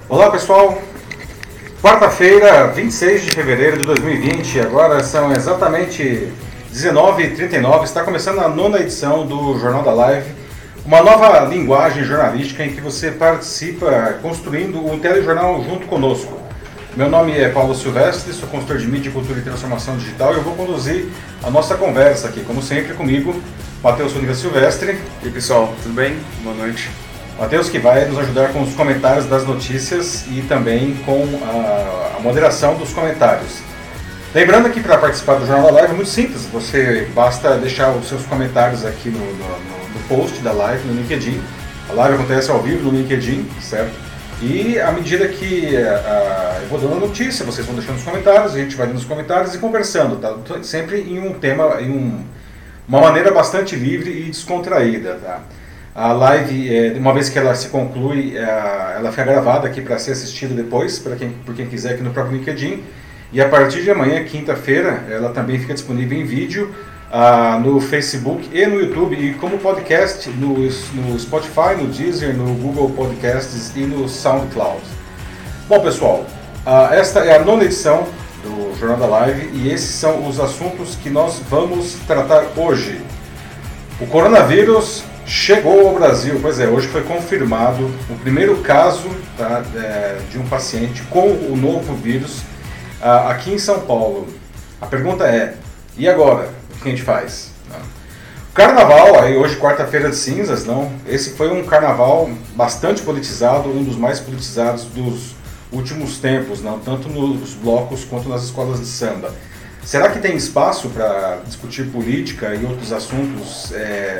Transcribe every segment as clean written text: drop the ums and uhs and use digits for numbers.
Olá pessoal, quarta-feira, 26 de fevereiro de 2020, agora são exatamente 19h39, está começando a nona edição do Jornal da Live, uma nova linguagem jornalística em que você participa construindo um telejornal junto conosco. Meu nome é Paulo Silvestre, sou consultor de mídia, cultura e transformação digital e eu vou conduzir a nossa conversa aqui, como sempre, comigo, Matheus Funiga Silvestre. E aí pessoal, tudo bem? Boa noite. Matheus, que vai nos ajudar com os comentários das notícias e também com a moderação dos comentários. Lembrando que para participar do Jornal da Live é muito simples, você basta deixar os seus comentários aqui no post da live no LinkedIn. A live acontece ao vivo no LinkedIn, certo? E à medida que eu vou dando a notícia, vocês vão deixando os comentários, a gente vai lendo os comentários e conversando, tá? Sempre em um tema, uma maneira bastante livre e descontraída, tá? A live, uma vez que ela se conclui, ela fica gravada aqui para ser assistida depois, por quem quiser, aqui no próprio LinkedIn. E a partir de amanhã, quinta-feira, ela também fica disponível em vídeo no Facebook e no YouTube, e como podcast no Spotify, no Deezer, no Google Podcasts e no SoundCloud. Bom, pessoal, esta é a nona edição do Jornal da Live e esses são os assuntos que nós vamos tratar hoje. O coronavírus chegou ao Brasil, pois é, hoje foi confirmado o primeiro caso, tá, de um paciente com o novo vírus aqui em São Paulo. A pergunta é, e agora? O que a gente faz? O carnaval, aí hoje quarta-feira de cinzas, não? Esse foi um carnaval bastante politizado, um dos mais politizados dos últimos tempos, não? Tanto nos blocos quanto nas escolas de samba. Será que tem espaço para discutir política e outros assuntos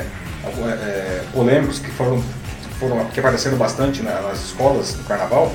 polêmicos que apareceram bastante nas escolas no carnaval?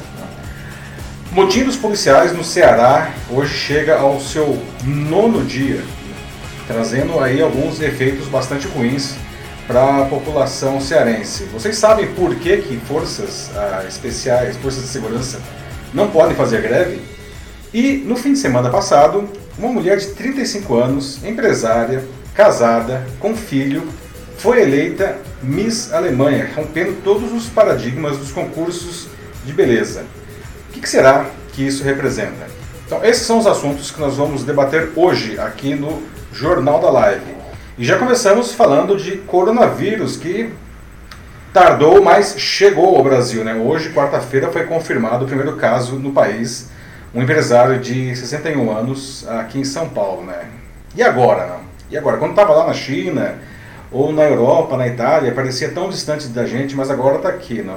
Motim dos policiais no Ceará hoje chega ao seu 9º dia, trazendo aí alguns efeitos bastante ruins para a população cearense. Vocês sabem por que forças especiais, forças de segurança, não podem fazer greve? E no fim de semana passado, uma mulher de 35 anos, empresária, casada, com filho, foi eleita Miss Alemanha, rompendo todos os paradigmas dos concursos de beleza. O que será que isso representa? Então, esses são os assuntos que nós vamos debater hoje aqui no Jornal da Live. E já começamos falando de coronavírus, que tardou, mas chegou ao Brasil, né? Hoje, quarta-feira, foi confirmado o primeiro caso no país, um empresário de 61 anos aqui em São Paulo, né? E agora, não? E agora? Quando estava lá na China, ou na Europa, na Itália, parecia tão distante da gente, mas agora está aqui, não?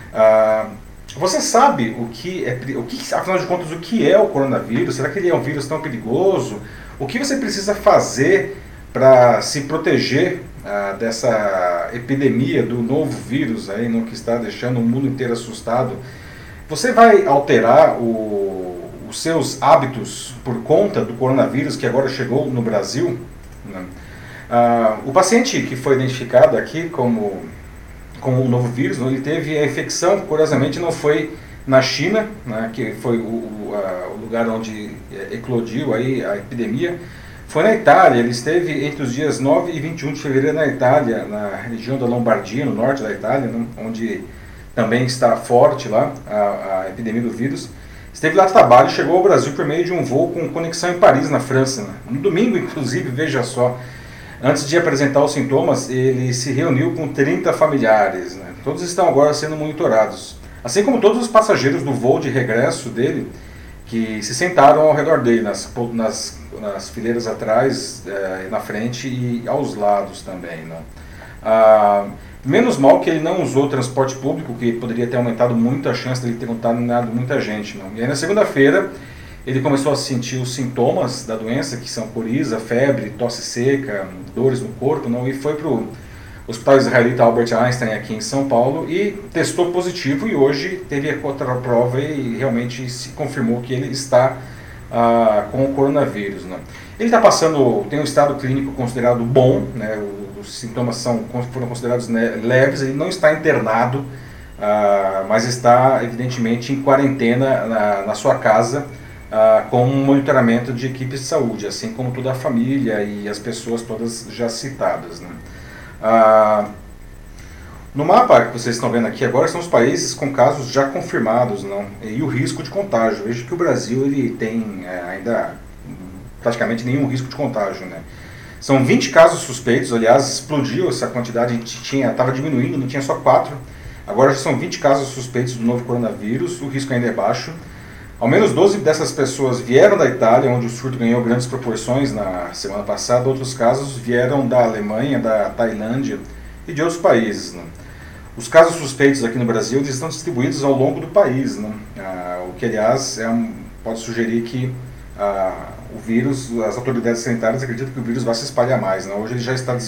Você sabe afinal de contas, o que é o coronavírus? Será que ele é um vírus tão perigoso? O que você precisa fazer para se proteger dessa epidemia do novo vírus aí, no que está deixando o mundo inteiro assustado? Você vai alterar os seus hábitos por conta do coronavírus que agora chegou no Brasil? O paciente que foi identificado aqui com o novo vírus, ele teve a infecção, curiosamente não foi na China, né, que foi o lugar onde eclodiu aí a epidemia, foi na Itália. Ele esteve entre os dias 9 e 21 de fevereiro na Itália, na região da Lombardia, no norte da Itália, né, onde também está forte lá a epidemia do vírus. Esteve lá a trabalho e chegou ao Brasil por meio de um voo com conexão em Paris, na França, né. No domingo, inclusive, veja só, antes de apresentar os sintomas, ele se reuniu com 30 familiares, né? Todos estão agora sendo monitorados, assim como todos os passageiros do voo de regresso dele, que se sentaram ao redor dele, nas fileiras atrás, na frente e aos lados também, né? Menos mal que ele não usou transporte público, que poderia ter aumentado muito a chance dele ter contaminado muita gente, não? E aí na segunda-feira ele começou a sentir os sintomas da doença, que são coriza, febre, tosse seca, dores no corpo, não? E foi para o Hospital Israelita Albert Einstein aqui em São Paulo e testou positivo, e hoje teve a contraprova e realmente se confirmou que ele está com o coronavírus, né? Ele está passando, tem um estado clínico considerado bom, né? Os sintomas foram considerados, né, leves. Ele não está internado, mas está evidentemente em quarentena na sua casa, com um monitoramento de equipes de saúde, assim como toda a família e as pessoas todas já citadas, né? No mapa que vocês estão vendo aqui agora são os países com casos já confirmados, não? E o risco de contágio. Veja que o Brasil ele tem ainda praticamente nenhum risco de contágio, né? São 20 casos suspeitos, aliás, explodiu essa quantidade, a gente estava diminuindo, não tinha só 4, agora já são 20 casos suspeitos do novo coronavírus, o risco ainda é baixo. Ao menos 12 dessas pessoas vieram da Itália, onde o surto ganhou grandes proporções na semana passada, outros casos vieram da Alemanha, da Tailândia e de outros países, né? Os casos suspeitos aqui no Brasil eles estão distribuídos ao longo do país, né? O que, aliás, pode sugerir que o vírus, as autoridades sanitárias acreditam que o vírus vai se espalhar mais, né? Hoje ele já está,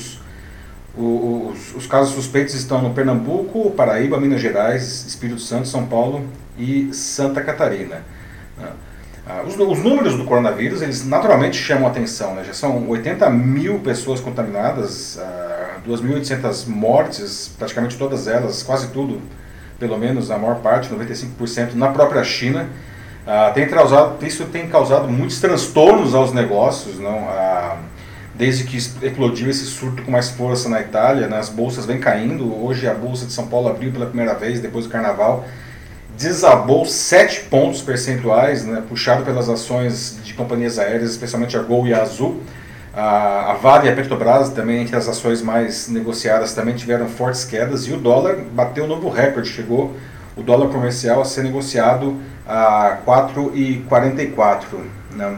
os casos suspeitos estão no Pernambuco, Paraíba, Minas Gerais, Espírito Santo, São Paulo e Santa Catarina, né? Os números do coronavírus, eles naturalmente chamam a atenção, né? Já são 80 mil pessoas contaminadas, 2.800 mortes, praticamente todas elas, quase tudo, pelo menos a maior parte, 95% na própria China. Isso tem causado muitos transtornos aos negócios, não? Desde que eclodiu esse surto com mais força na Itália, né? As bolsas vêm caindo. Hoje a Bolsa de São Paulo abriu pela primeira vez, depois do Carnaval, desabou 7 pontos percentuais, né? Puxado pelas ações de companhias aéreas, especialmente a Gol e a Azul. A Vale e a Petrobras, também entre as ações mais negociadas, também tiveram fortes quedas, e o dólar bateu um novo recorde, chegou o dólar comercial a ser negociado a 4,44, né?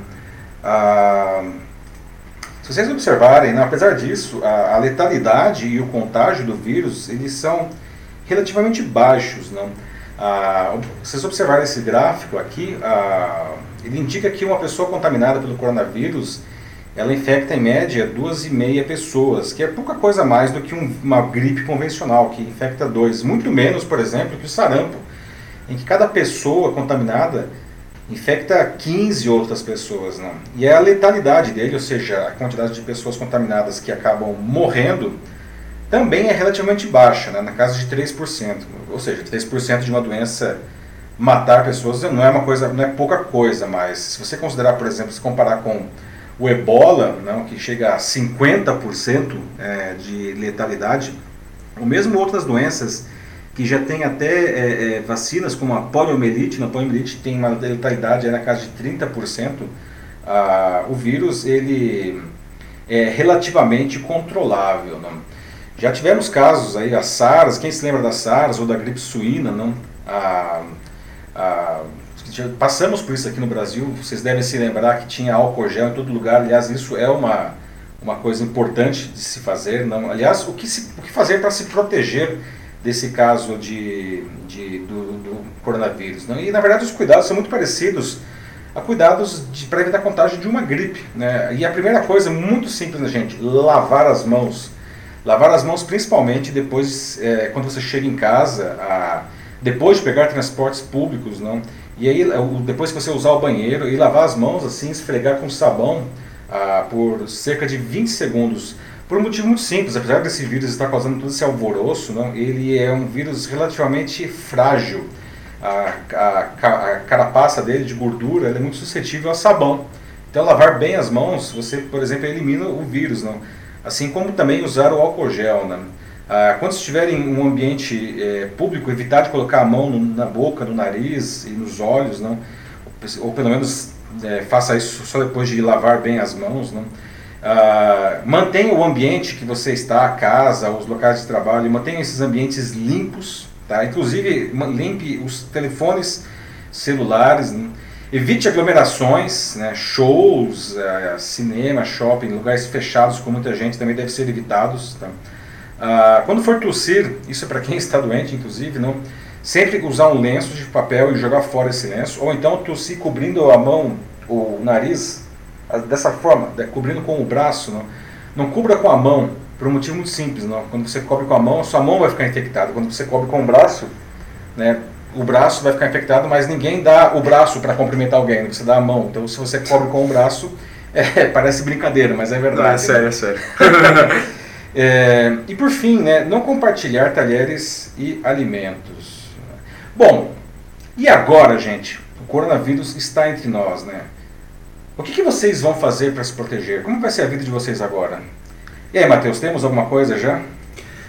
Se vocês observarem, né, apesar disso, a letalidade e o contágio do vírus, eles são relativamente baixos, né? Se vocês observarem esse gráfico aqui, ele indica que uma pessoa contaminada pelo coronavírus, ela infecta em média 2,5 pessoas, que é pouca coisa mais do que uma gripe convencional, que infecta 2. Muito menos, por exemplo, que o sarampo, em que cada pessoa contaminada infecta 15 outras pessoas, né? E a letalidade dele, ou seja, a quantidade de pessoas contaminadas que acabam morrendo, também é relativamente baixa, né? Na casa de 3%. Ou seja, 3% de uma doença matar pessoas não é pouca coisa, mas se você considerar, por exemplo, se comparar com o ebola, não, que chega a 50% de letalidade, ou mesmo outras doenças que já tem até vacinas, como a poliomielite. Na poliomielite tem uma letalidade na casa de 30%. O vírus ele é relativamente controlável, não? Já tivemos casos aí, a SARS, quem se lembra da SARS ou da gripe suína, não? Passamos por isso aqui no Brasil, vocês devem se lembrar que tinha álcool gel em todo lugar. Aliás, isso é uma coisa importante de se fazer, não? Aliás, o que fazer para se proteger desse caso do coronavírus, não? E na verdade os cuidados são muito parecidos a cuidados para evitar contágio de uma gripe, né? E a primeira coisa, muito simples, né, gente? Lavar as mãos. Lavar as mãos principalmente depois, quando você chega em casa, depois de pegar transportes públicos, não? E aí, depois que você usar o banheiro, e lavar as mãos assim, esfregar com sabão por cerca de 20 segundos. Por um motivo muito simples, apesar desse vírus estar causando todo esse alvoroço, não, ele é um vírus relativamente frágil. A carapaça dele de gordura ela é muito suscetível a sabão. Então lavar bem as mãos, você, por exemplo, elimina o vírus, não? Assim como também usar o álcool gel, né? Quando estiver em um ambiente público, evitar de colocar a mão na boca, no nariz e nos olhos, não? Ou pelo menos faça isso só depois de lavar bem as mãos, não? Mantenha o ambiente que você está, a casa, os locais de trabalho, mantenha esses ambientes limpos, tá? Inclusive limpe os telefones celulares, né? Evite aglomerações, né? Shows, cinema, shopping, lugares fechados com muita gente também devem ser evitados, tá? Quando for tossir, isso é para quem está doente inclusive, não? Sempre usar um lenço de papel e jogar fora esse lenço, ou então tossir cobrindo a mão, o nariz, dessa forma, cobrindo com o braço, não? Não cubra com a mão, por um motivo muito simples, não? Quando você cobre com a mão, a sua mão vai ficar infectada. Quando você cobre com o braço, né, o braço vai ficar infectado, mas ninguém dá o braço para cumprimentar alguém, você dá a mão. Então se você cobre com o braço, parece brincadeira, mas é verdade. Não, é sério, é sério. E por fim, né, não compartilhar talheres e alimentos. Bom, e agora, gente? O coronavírus está entre nós, né? O que vocês vão fazer para se proteger? Como vai ser a vida de vocês agora? E aí, Matheus, temos alguma coisa já?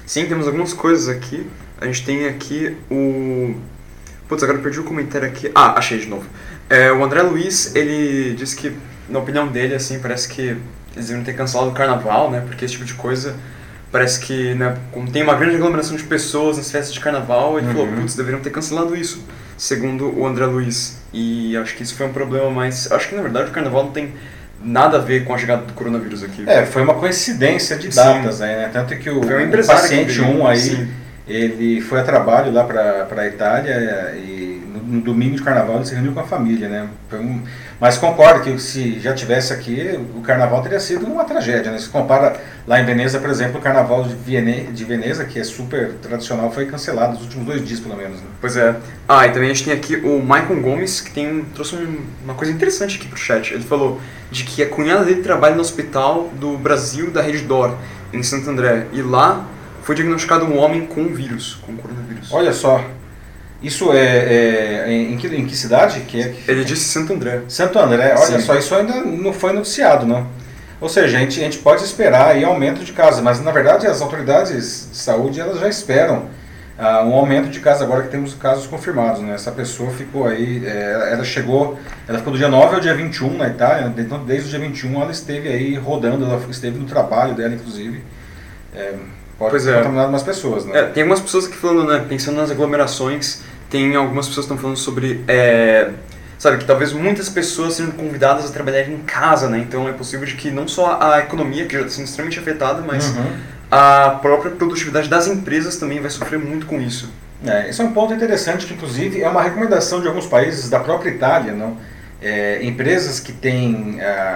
Sim, temos algumas coisas aqui. A gente tem aqui o... Putz, agora eu perdi o comentário aqui. Ah, achei de novo. O André Luiz, ele disse que, na opinião dele, assim, parece que eles deveriam ter cancelado o carnaval, né? Porque esse tipo de coisa parece que, né, como tem uma grande aglomeração de pessoas nas festas de carnaval, ele falou, putz, deveriam ter cancelado isso, segundo o André Luiz. E acho que isso foi um problema, mas acho que, na verdade, o carnaval não tem nada a ver com a chegada do coronavírus aqui. Foi uma coincidência de datas aí, né? Tanto que o paciente 1 aí, sim, ele foi a trabalho lá para a Itália e no domingo de carnaval ele se reuniu com a família, né? Mas concordo que se já tivesse aqui, o carnaval teria sido uma tragédia, né? Se compara lá em Veneza, por exemplo, o carnaval de Veneza, que é super tradicional, foi cancelado nos últimos 2 dias, pelo menos, né? Pois é. Ah, e também a gente tem aqui o Maicon Gomes, que trouxe uma coisa interessante aqui pro chat. Ele falou de que a cunhada dele trabalha no hospital do Brasil da Rede D'Or, em Santo André, e lá foi diagnosticado um homem com vírus, com coronavírus. Olha só. Isso em que cidade? Ele disse Santo André. Santo André, olha Sim. só, isso ainda não foi noticiado, não. Ou seja, a gente pode esperar aí aumento de casos, mas na verdade as autoridades de saúde elas já esperam um aumento de casos agora que temos casos confirmados, né? Essa pessoa ficou aí, ela ficou do dia 9 ao dia 21 na Itália, então desde o dia 21 ela esteve aí rodando, ela esteve no trabalho dela, inclusive. Pode ter contaminado umas pessoas, né? Tem algumas pessoas aqui falando, né, pensando nas aglomerações, tem algumas pessoas que estão falando sobre, sabe, que talvez muitas pessoas sejam convidadas a trabalhar em casa, né? Então é possível de que não só a economia, que já está sendo extremamente afetada, mas a própria produtividade das empresas também vai sofrer muito com isso. Esse é um ponto interessante que, inclusive, é uma recomendação de alguns países da própria Itália, não? Empresas que têm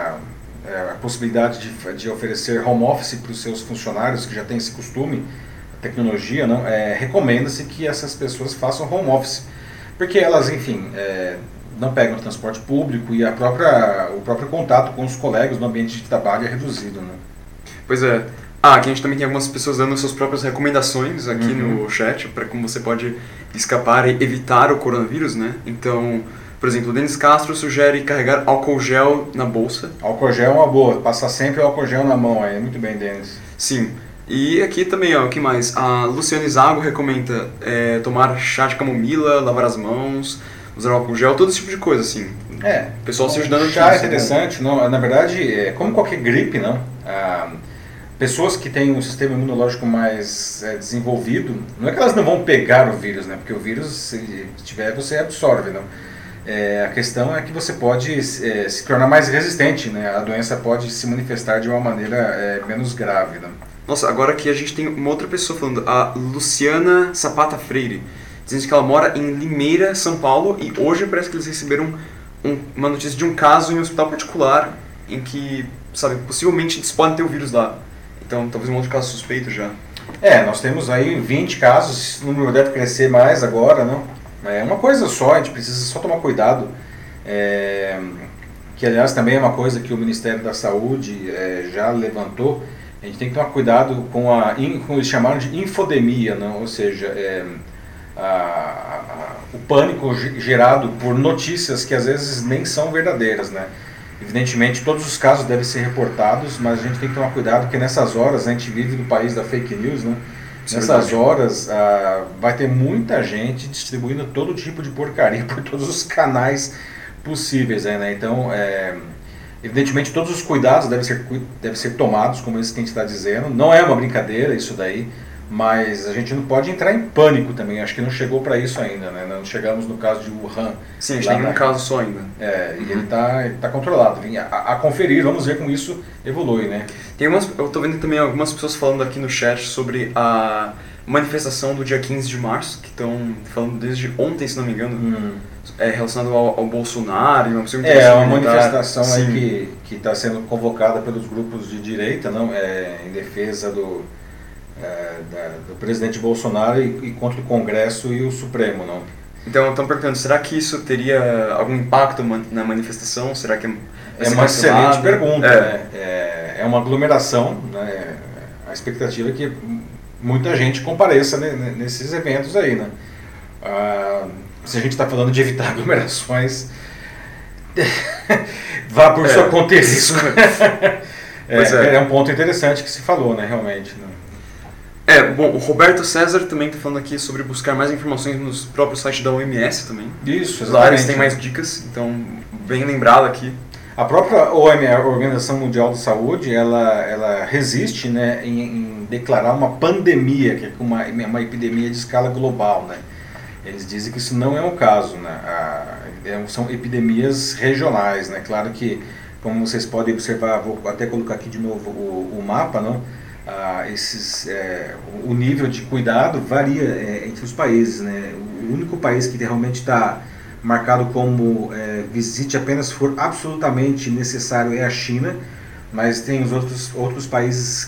a possibilidade de oferecer home office para os seus funcionários, que já tem esse costume, a tecnologia, não, recomenda-se que essas pessoas façam home office, porque elas, enfim, não pegam transporte público e o próprio contato com os colegas no ambiente de trabalho é reduzido. Né? Pois é. Aqui a gente também tem algumas pessoas dando suas próprias recomendações aqui no chat, para como você pode escapar e evitar o coronavírus, né? Então, por exemplo, o Denis Castro sugere carregar álcool gel na bolsa. Álcool gel é uma boa, passar sempre álcool gel na mão aí, muito bem, Denis. Sim, e aqui também, o que mais? A Luciane Zago recomenda tomar chá de camomila, lavar as mãos, usar álcool gel, todo esse tipo de coisa, assim. O pessoal se ajudando aqui. Chá é interessante, não, na verdade, como qualquer gripe, não? Pessoas que têm um sistema imunológico mais desenvolvido, não é que elas não vão pegar o vírus, né? Porque o vírus, se tiver, você absorve, não? A questão é que você pode se tornar mais resistente, né? A doença pode se manifestar de uma maneira menos grave, né? Nossa, agora aqui a gente tem uma outra pessoa falando, a Luciana Zapata Freire, dizendo que ela mora em Limeira, São Paulo, e hoje parece que eles receberam uma notícia de um caso em um hospital particular em que, sabe, possivelmente eles podem ter o vírus lá. Então, talvez um outro caso suspeito já. Nós temos aí 20 casos, o número deve crescer mais agora, não? É uma coisa só, a gente precisa só tomar cuidado, que aliás também é uma coisa que o Ministério da Saúde já levantou, a gente tem que tomar cuidado com como eles chamaram de infodemia, não? Ou seja, o pânico gerado por notícias que às vezes nem são verdadeiras, né? Evidentemente, todos os casos devem ser reportados, mas a gente tem que tomar cuidado, porque nessas horas a gente vive no país da fake news, né? Nessas horas vai ter muita gente distribuindo todo tipo de porcaria por todos os canais possíveis, né? Então, evidentemente, todos os cuidados devem ser tomados, como esse que a gente está dizendo. Não é uma brincadeira isso daí, mas a gente não pode entrar em pânico também. Acho que não chegou para isso ainda, né? Não chegamos no caso de Wuhan. Sim, a gente tem um caso só ainda. E ele está controlado. A conferir, vamos ver como isso evolui, né? Eu estou vendo também algumas pessoas falando aqui no chat sobre a manifestação do dia 15 de março, que estão falando desde ontem, se não me engano, relacionado ao Bolsonaro. Uma manifestação aí que está sendo convocada pelos grupos de direita, não? Em defesa do presidente Bolsonaro e contra o Congresso e o Supremo, não? Então, estão perguntando, será que isso teria algum impacto na manifestação? Será que é uma excelente pergunta, né? É uma aglomeração, né? A expectativa é que muita gente compareça nesses eventos aí, né? Se a gente está falando de evitar aglomerações, vá por sua conta e risco. É um ponto interessante que se falou, né, realmente. Né? Bom, o Roberto César também está falando aqui sobre buscar mais informações nos próprios sites da OMS também. Isso, exatamente. Lá eles têm mais dicas, então bem lembrado aqui. A própria OMS, a Organização Mundial da Saúde, ela resiste, né, em declarar uma pandemia, que é uma epidemia de escala global, né? Eles dizem que isso não é o caso, né? São epidemias regionais, né? Claro que, como vocês podem observar, vou até colocar aqui de novo o mapa, não? O nível de cuidado varia entre os países, né? O único país que realmente está marcado como visite apenas se for absolutamente necessário é a China, mas tem os outros países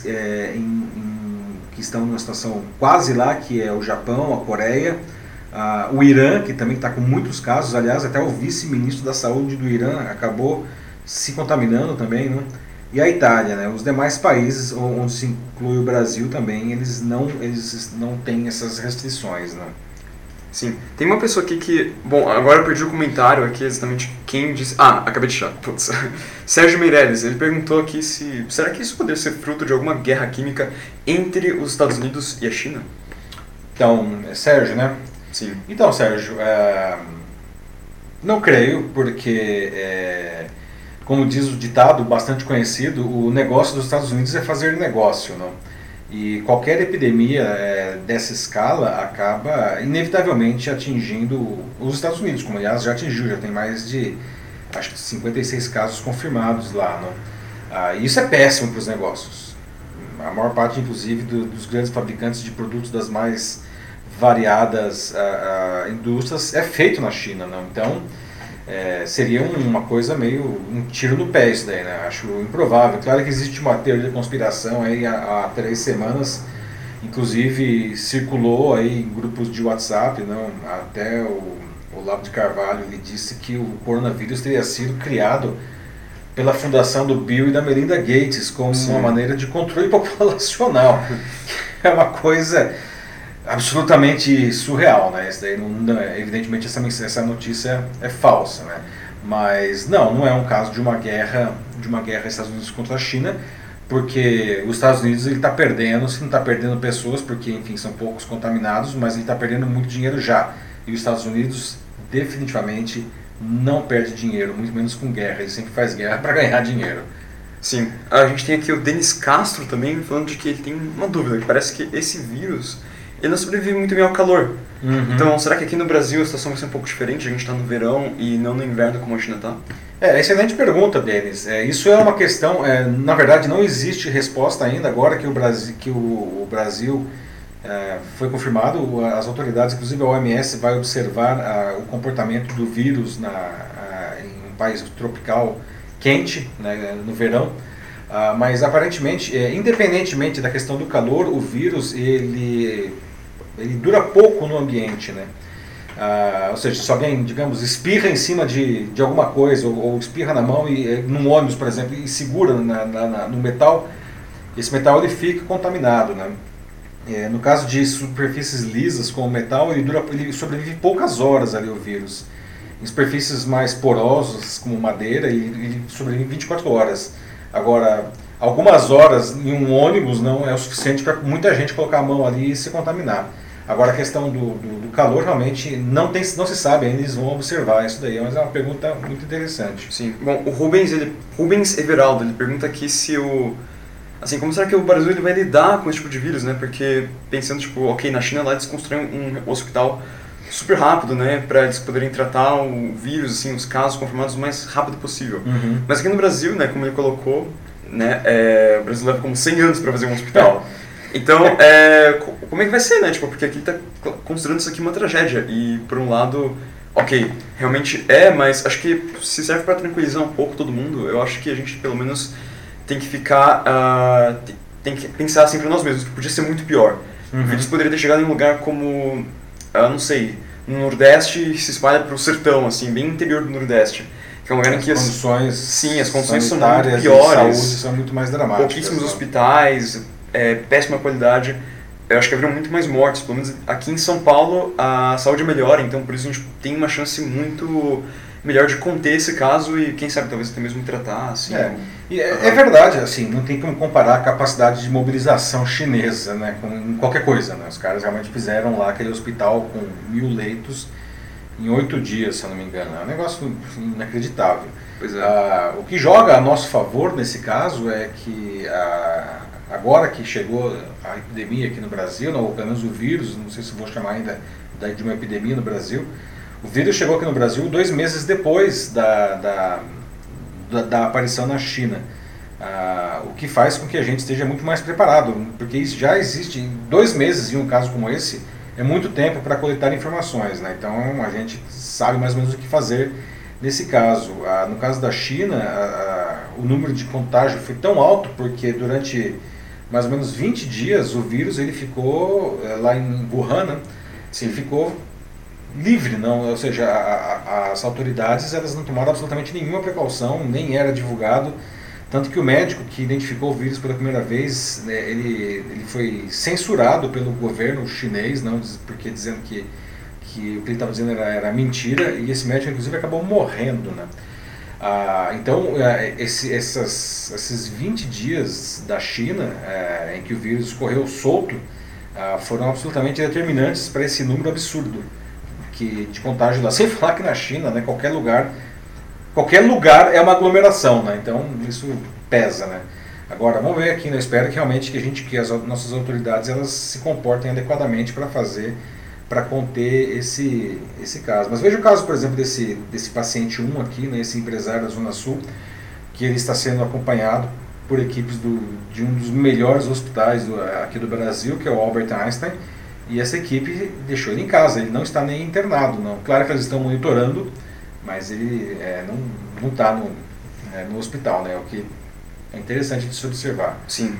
que estão numa situação quase lá, que é o Japão, a Coreia, o Irã, que também está com muitos casos. Aliás, até o vice-ministro da saúde do Irã acabou se contaminando também, né? E a Itália, né? Os demais países, onde se inclui o Brasil também, eles não têm essas restrições, né? Sim. Tem uma pessoa aqui que... Bom, agora eu perdi o comentário aqui, exatamente quem disse... Acabei de achar. Putz. Sérgio Meirelles, ele perguntou aqui se... Será que isso poderia ser fruto de alguma guerra química entre os Estados Unidos e a China? Então, Sérgio, né? Sim. Então, Sérgio, não creio, porque... como diz o ditado bastante conhecido, o negócio dos Estados Unidos é fazer negócio, não? E qualquer epidemia dessa escala acaba inevitavelmente atingindo os Estados Unidos, como aliás já atingiu, já tem mais de, acho que 56 casos confirmados lá, não? Isso é péssimo para os negócios. A maior parte, inclusive, dos grandes fabricantes de produtos das mais variadas indústrias é feito na China, não? Então, seria uma coisa meio um tiro no pé isso daí, né? Acho improvável. Claro que existe uma teoria de conspiração aí há 3 semanas, inclusive circulou aí em grupos de WhatsApp, não? Até o Olavo de Carvalho ele disse que o coronavírus teria sido criado pela fundação do Bill e da Melinda Gates como uma maneira de controle populacional. É uma coisa absolutamente surreal, né? Isso daí evidentemente essa notícia é falsa, né? Mas não é um caso de uma guerra Estados Unidos contra a China, porque os Estados Unidos ele está perdendo, se não está perdendo pessoas, porque enfim são poucos contaminados, mas ele está perdendo muito dinheiro já. E os Estados Unidos definitivamente não perde dinheiro, muito menos com guerra. Ele sempre faz guerra para ganhar dinheiro. Sim. A gente tem aqui o Denis Castro também falando de que ele tem uma dúvida, que parece que esse vírus ele não sobrevive muito bem ao calor. Uhum. Então, será que aqui no Brasil a situação vai ser um pouco diferente? A gente está no verão e não no inverno como a China está? Excelente pergunta, Denis. Isso é uma questão, na verdade não existe resposta ainda, agora que o Brasil foi confirmado, as autoridades, inclusive a OMS, vai observar o comportamento do vírus em um país tropical quente, né, no verão. Mas aparentemente, independentemente da questão do calor, o vírus ele dura pouco no ambiente, né? Ou seja, se alguém, digamos, espirra em cima de alguma coisa ou espirra na mão num ônibus, por exemplo, e segura no metal, esse metal ele fica contaminado, né? No caso de superfícies lisas como o metal, ele sobrevive poucas horas ali o vírus. Em superfícies mais porosas como madeira, ele sobrevive 24 horas. Agora, algumas horas em um ônibus não é o suficiente para muita gente colocar a mão ali e se contaminar. Agora, a questão do calor realmente não se sabe ainda, eles vão observar isso daí, mas é uma pergunta muito interessante. Sim. Bom, o Rubens Everaldo, ele pergunta aqui se como será que o Brasil ele vai lidar com esse tipo de vírus, né? Porque pensando, ok, na China lá eles construíram um hospital super rápido, né, para eles poderem tratar o vírus, assim, os casos confirmados o mais rápido possível. Uhum. Mas aqui no Brasil, né, como ele colocou, né, o Brasil leva como 100 anos para fazer um hospital. Então, como é que vai ser, né? Porque aqui está considerando isso aqui uma tragédia. E, por um lado, ok, realmente mas acho que se serve para tranquilizar um pouco todo mundo, eu acho que a gente, pelo menos, tem que ficar... tem que pensar assim para nós mesmos, que podia ser muito pior. Uhum. O vírus poderia ter chegado em um lugar como, não sei, no Nordeste e se espalha para o sertão, assim, bem interior do Nordeste. Que é um lugar em que as condições são muito piores. de saúde são muito mais dramáticas. Pouquíssimos hospitais, péssima qualidade. eu acho que haveriam muito mais mortes. Pelo menos aqui em São Paulo a saúde melhora, então por isso a gente tem uma chance muito melhor de conter esse caso e quem sabe talvez até mesmo tratar, assim. É verdade, assim, não tem como comparar a capacidade de mobilização chinesa, né, com qualquer coisa, né? Os caras realmente fizeram lá aquele hospital com 1.000 leitos em 8 dias, se eu não me engano. É um negócio inacreditável. Pois é. O que joga a nosso favor nesse caso é que agora que chegou a epidemia aqui no Brasil, ou pelo menos o vírus, não sei se vou chamar ainda de uma epidemia no Brasil, o vírus chegou aqui no Brasil 2 meses depois da aparição na China. O que faz com que a gente esteja muito mais preparado, porque isso já existe. 2 meses em um caso como esse é muito tempo para coletar informações, né? Então a gente sabe mais ou menos o que fazer nesse caso. No caso da China, o número de contágio foi tão alto porque durante mais ou menos 20 dias o vírus ele ficou lá em Wuhan, né? Assim, ele ficou livre, não, ou seja, as autoridades elas não tomaram absolutamente nenhuma precaução, nem era divulgado, tanto que o médico que identificou o vírus pela primeira vez, né, ele foi censurado pelo governo chinês, não, porque dizendo que o que ele estava dizendo era mentira, e esse médico inclusive acabou morrendo, né? Então esses 20 dias da China em que o vírus correu solto foram absolutamente determinantes para esse número absurdo de contágio lá. Sem falar que na China, né, qualquer lugar é uma aglomeração, né? Então isso pesa, né? Agora vamos ver aqui, né? Espero que realmente que as nossas autoridades elas se comportem adequadamente para conter esse caso. Mas veja o caso, por exemplo, desse paciente 1 aqui, né, esse empresário da Zona Sul, que ele está sendo acompanhado por equipes de um dos melhores hospitais aqui do Brasil, que é o Albert Einstein, e essa equipe deixou ele em casa, ele não está nem internado, não. Claro que eles estão monitorando, mas ele não está no hospital, né? O que é interessante de se observar. Sim.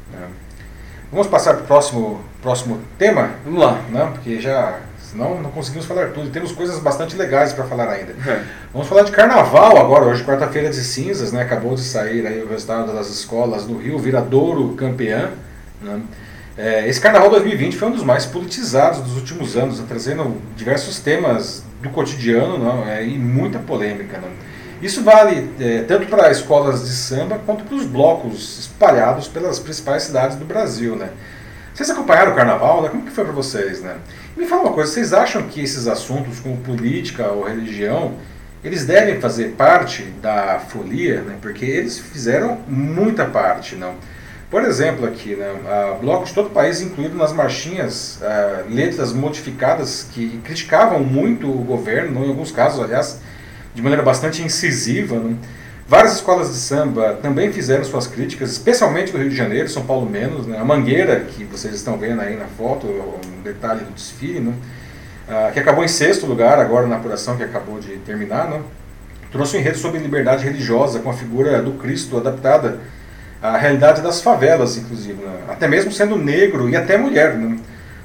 Vamos passar para o próximo tema? Vamos lá. Não, porque senão não conseguimos falar tudo. Temos coisas bastante legais para falar ainda. Vamos falar de carnaval agora, hoje quarta-feira de cinzas, né? Acabou de sair aí o resultado das escolas no Rio, Viradouro campeã, né? Esse Carnaval 2020 foi um dos mais politizados dos últimos anos, né, trazendo diversos temas do cotidiano, e muita polêmica. Né? Isso vale tanto para escolas de samba quanto para os blocos espalhados pelas principais cidades do Brasil. Né? Vocês acompanharam o Carnaval? Né? Como que foi para vocês? Né? E me fala uma coisa, vocês acham que esses assuntos como política ou religião, eles devem fazer parte da folia? Né? Porque eles fizeram muita parte, não? Por exemplo, aqui, né, blocos de todo o país incluíram nas marchinhas letras modificadas que criticavam muito o governo, em alguns casos, aliás, de maneira bastante incisiva. Né? Várias escolas de samba também fizeram suas críticas, especialmente do Rio de Janeiro, São Paulo menos. Né? A Mangueira, que vocês estão vendo aí na foto, um detalhe do desfile, né? Que acabou em 6º lugar agora na apuração que acabou de terminar, né? Trouxe um enredo sobre liberdade religiosa com a figura do Cristo adaptada a realidade das favelas, inclusive, né? Até mesmo sendo negro e até mulher. Né?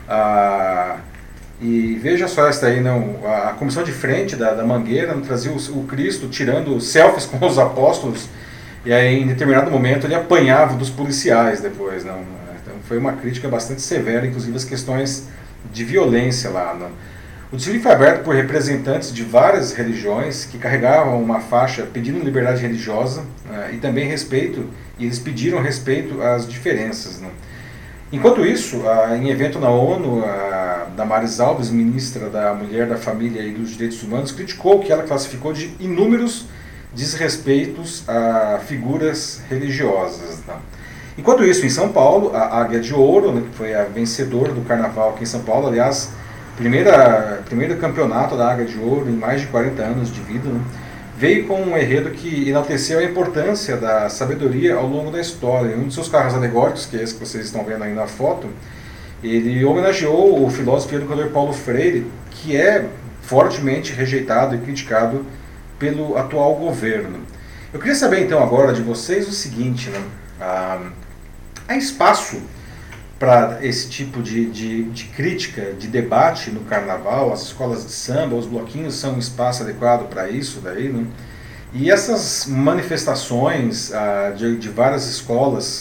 E veja só essa aí, não? A comissão de frente da Mangueira trazia o Cristo tirando selfies com os apóstolos, e aí em determinado momento ele apanhava dos policiais depois. Não? Então foi uma crítica bastante severa, inclusive as questões de violência lá. Não? O desfile foi aberto por representantes de várias religiões que carregavam uma faixa pedindo liberdade religiosa e também respeito, e eles pediram respeito às diferenças. Né? Enquanto isso, em evento na ONU, a Damares Alves, ministra da Mulher, da Família e dos Direitos Humanos, criticou o que ela classificou de inúmeros desrespeitos a figuras religiosas. Né? Enquanto isso, em São Paulo, a Águia de Ouro, né, que foi a vencedora do carnaval aqui em São Paulo, aliás, primeiro campeonato da Águia de Ouro em mais de 40 anos de vida, né? Veio com um enredo que enalteceu a importância da sabedoria ao longo da história. Um dos seus carros alegóricos, que é esse que vocês estão vendo aí na foto, ele homenageou o filósofo e educador Paulo Freire, que é fortemente rejeitado e criticado pelo atual governo. Eu queria saber então agora de vocês o seguinte, né? Há espaço para esse tipo de crítica, de debate no carnaval? As escolas de samba, os bloquinhos são um espaço adequado para isso daí, né? E essas manifestações de várias escolas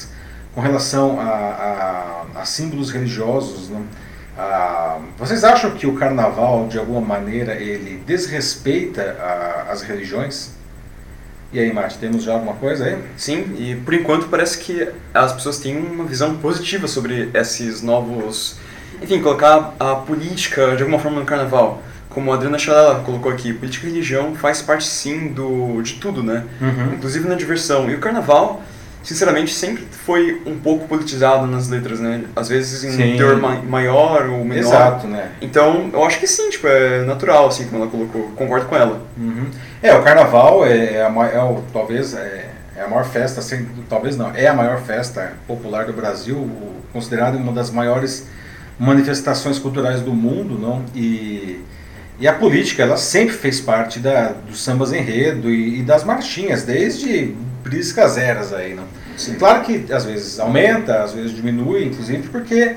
com relação a símbolos religiosos, né? Vocês acham que o carnaval, de alguma maneira, ele desrespeita as religiões? E aí, Mate, temos já alguma coisa aí? Sim, e por enquanto parece que as pessoas têm uma visão positiva sobre esses novos... Enfim, colocar a política de alguma forma no carnaval. Como a Adriana Chalela colocou aqui, política e religião faz parte sim de tudo, né? Uhum. Inclusive na diversão. E o carnaval, sinceramente, sempre foi um pouco politizado nas letras, né? Às vezes em um teor maior ou menor. Exato, né? Então, eu acho que sim, tipo, é natural, assim, como ela colocou. Concordo com ela. Uhum. O carnaval talvez é a maior festa, talvez não, é a maior festa popular do Brasil, considerada uma das maiores manifestações culturais do mundo, não? E a política, ela sempre fez parte dos sambas enredo e das marchinhas, desde briscas eras aí, não? Sim. Claro que às vezes aumenta, às vezes diminui, inclusive porque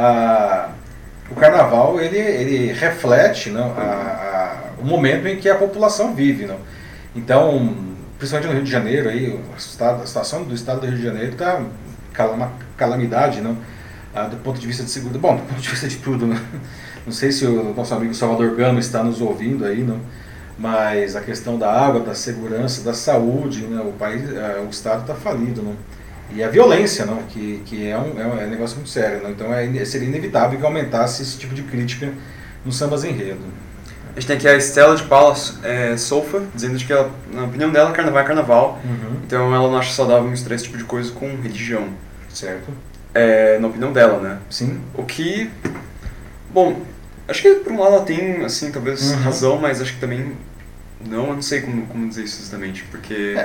o carnaval ele reflete, não, o momento em que a população vive, não? Então, principalmente no Rio de Janeiro, aí, a situação do estado do Rio de Janeiro está uma calamidade, não? Do ponto de vista de segurança, bom, do ponto de vista de tudo, né? Não sei se o nosso amigo Salvador Gama está nos ouvindo aí, não? Mas a questão da água, da segurança, da saúde, né? O estado está falido, não? E a violência, não? Que é um negócio muito sério, não? Então seria inevitável que aumentasse esse tipo de crítica no sambas enredo. A gente tem aqui a Estela de Paula Soufa, dizendo que ela, na opinião dela, carnaval é carnaval. Uhum. Então ela não acha saudável misturar esse tipo de coisa com religião. Certo. Na opinião dela, né? Sim. O que... Bom, acho que por um lado ela tem, assim, talvez razão, mas acho que também não, eu não sei como dizer isso exatamente, porque...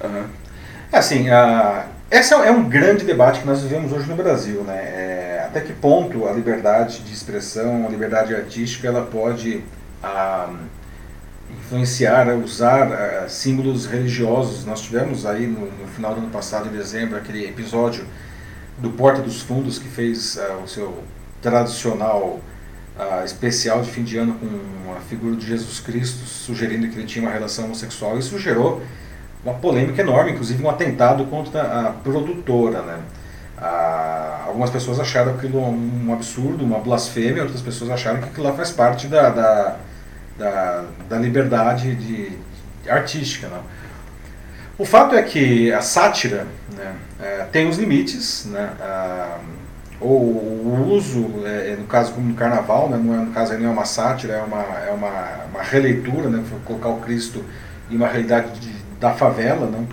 Assim, esse é um grande debate que nós vivemos hoje no Brasil, né? Até que ponto a liberdade de expressão, a liberdade artística, ela pode influenciar, usar símbolos religiosos. Nós tivemos aí no final do ano passado, em dezembro, aquele episódio do Porta dos Fundos, que fez o seu tradicional especial de fim de ano com a figura de Jesus Cristo, sugerindo que ele tinha uma relação homossexual. Isso gerou uma polêmica enorme, inclusive um atentado contra a produtora, né? Algumas pessoas acharam aquilo um absurdo, uma blasfêmia, outras pessoas acharam que aquilo lá faz parte da liberdade artística, não? O fato é que a sátira, né, tem os limites, né? O uso, no caso como no carnaval, né, no caso aí não é uma sátira, é uma releitura, né, colocar o Cristo em uma realidade da favela, não?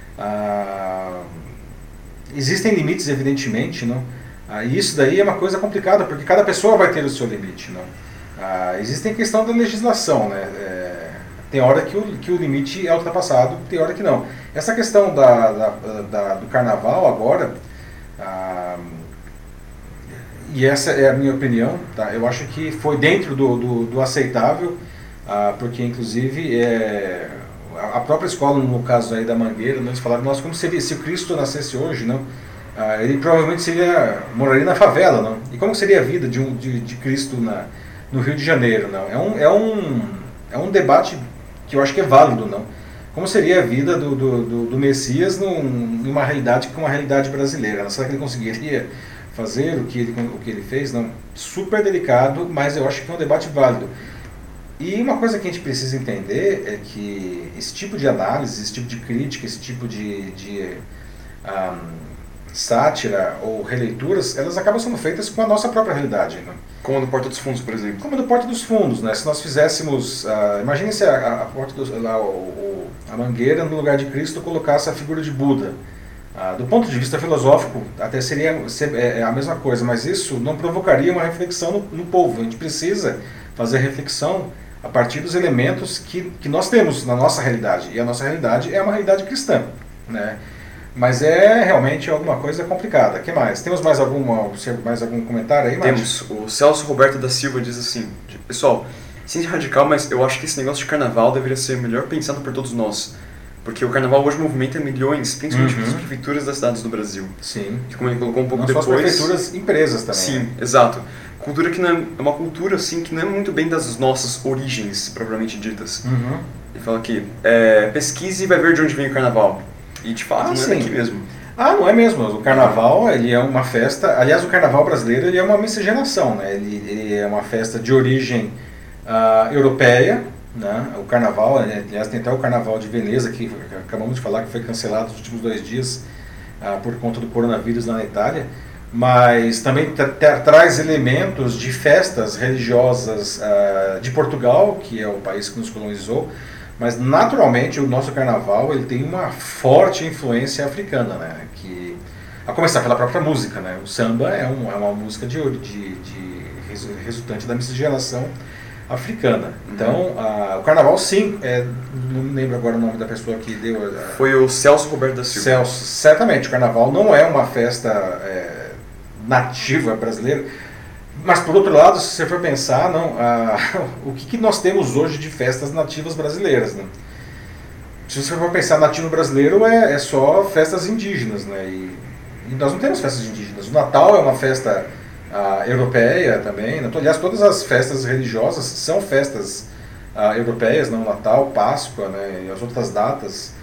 Existem limites, evidentemente, não? E isso daí é uma coisa complicada, porque cada pessoa vai ter o seu limite, não? Existe a questão da legislação, né? Tem hora que o limite é ultrapassado, tem hora que não. Essa questão do carnaval agora, e essa é a minha opinião, tá? Eu acho que foi dentro do aceitável, porque inclusive a própria escola, no caso aí da Mangueira, eles falaram, nossa, como seria se o Cristo nascesse hoje, não? Ele provavelmente moraria na favela, não? E como seria a vida de Cristo no Rio de Janeiro, não? É um debate que eu acho que é válido, não? Como seria a vida do Messias numa realidade como a realidade brasileira? Será que ele conseguiria fazer o que ele fez? Não? Super delicado, mas eu acho que é um debate válido. E uma coisa que a gente precisa entender é que esse tipo de análise, esse tipo de crítica, esse tipo de sátira ou releituras, elas acabam sendo feitas com a nossa própria realidade, né? Como no Porta dos Fundos, por exemplo. Como no Porta dos Fundos, né? Se nós fizéssemos, imagine se a Mangueira, no lugar de Cristo, colocasse a figura de Buda. Do ponto de vista filosófico, até seria a mesma coisa, mas isso não provocaria uma reflexão no povo. A gente precisa fazer reflexão a partir dos elementos que nós temos na nossa realidade. E a nossa realidade é uma realidade cristã, né? Mas é realmente alguma coisa complicada. O que mais? Temos mais algum comentário aí, Márcio? Temos. O Celso Roberto da Silva diz assim, pessoal, ciência radical, mas eu acho que esse negócio de carnaval deveria ser melhor pensado por todos nós. Porque o carnaval hoje movimenta milhões, principalmente das prefeituras das cidades do Brasil. Sim. Que como ele colocou um pouco não depois... Não só as prefeituras, empresas também. Sim, né? Exato. Cultura que não é uma cultura assim, que não é muito bem das nossas origens, propriamente ditas. Uhum. Ele fala aqui, pesquise e vai ver de onde vem o carnaval. E de fato não é daqui mesmo. Ah, não é mesmo. O carnaval, ele é uma festa. Aliás, o carnaval brasileiro ele é uma miscigenação, né? Ele é uma festa de origem europeia, né? O carnaval, aliás, tem até o carnaval de Veneza, que acabamos de falar que foi cancelado nos últimos 2 dias por conta do coronavírus lá na Itália. Mas também traz elementos de festas religiosas de Portugal, que é o país que nos colonizou. Mas naturalmente o nosso carnaval ele tem uma forte influência africana, né? Que, a começar pela própria música, né? O samba é uma música resultante da miscigenação africana. Então, o carnaval sim, não me lembro agora o nome da pessoa que deu. Foi o Celso Roberto da Silva. Celso, certamente, o carnaval não é uma festa nativa brasileira. Mas, por outro lado, se você for pensar, não, o que nós temos hoje de festas nativas brasileiras? Né? Se você for pensar nativo brasileiro, é só festas indígenas. Né? E nós não temos festas indígenas. O Natal é uma festa europeia também. Né? Aliás, todas as festas religiosas são festas europeias, não? Natal, Páscoa, né? E as outras datas.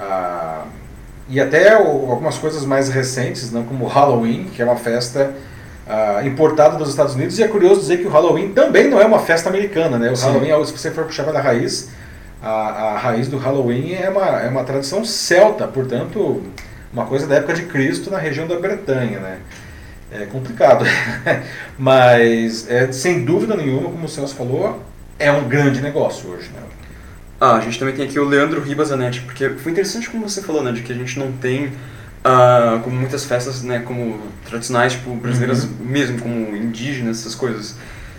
E até algumas coisas mais recentes, não? Como o Halloween, que é uma festa importado dos Estados Unidos, e é curioso dizer que o Halloween também não é uma festa americana, né? O Halloween, se você for puxar pela raiz, a raiz do Halloween é uma tradição celta, portanto, uma coisa da época de Cristo na região da Bretanha, né? É complicado, mas sem dúvida nenhuma, como o Celso falou, é um grande negócio hoje, né? A gente também tem aqui o Leandro Ribas Zanetti, porque foi interessante como você falou, né, de que a gente não tem como muitas festas, né, como tradicionais, tipo, brasileiras mesmo, como indígenas, essas coisas.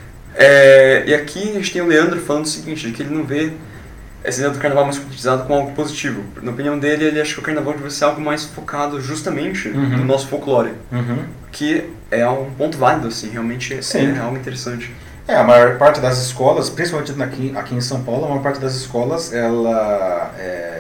E aqui a gente tem o Leandro falando o seguinte, de que ele não vê essa ideia do carnaval mais politizado como algo positivo. Na opinião dele, ele acha que o carnaval deve ser algo mais focado justamente no nosso folclore, que é um ponto válido, assim, realmente é algo interessante. A maior parte das escolas, principalmente aqui em São Paulo, a maior parte das escolas, ela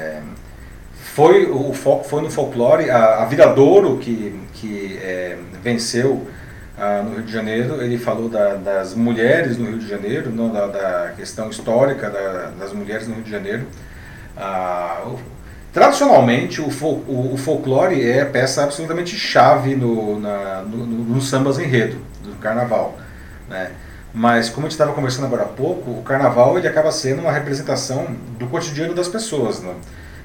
o foco foi no folclore. A Viradouro, que venceu no Rio de Janeiro, ele falou das mulheres no Rio de Janeiro, não da questão histórica das mulheres no Rio de Janeiro. Tradicionalmente, o folclore é peça absolutamente chave no sambas enredo, do carnaval, né? Mas, como a gente estava conversando agora há pouco, o carnaval ele acaba sendo uma representação do cotidiano das pessoas, né?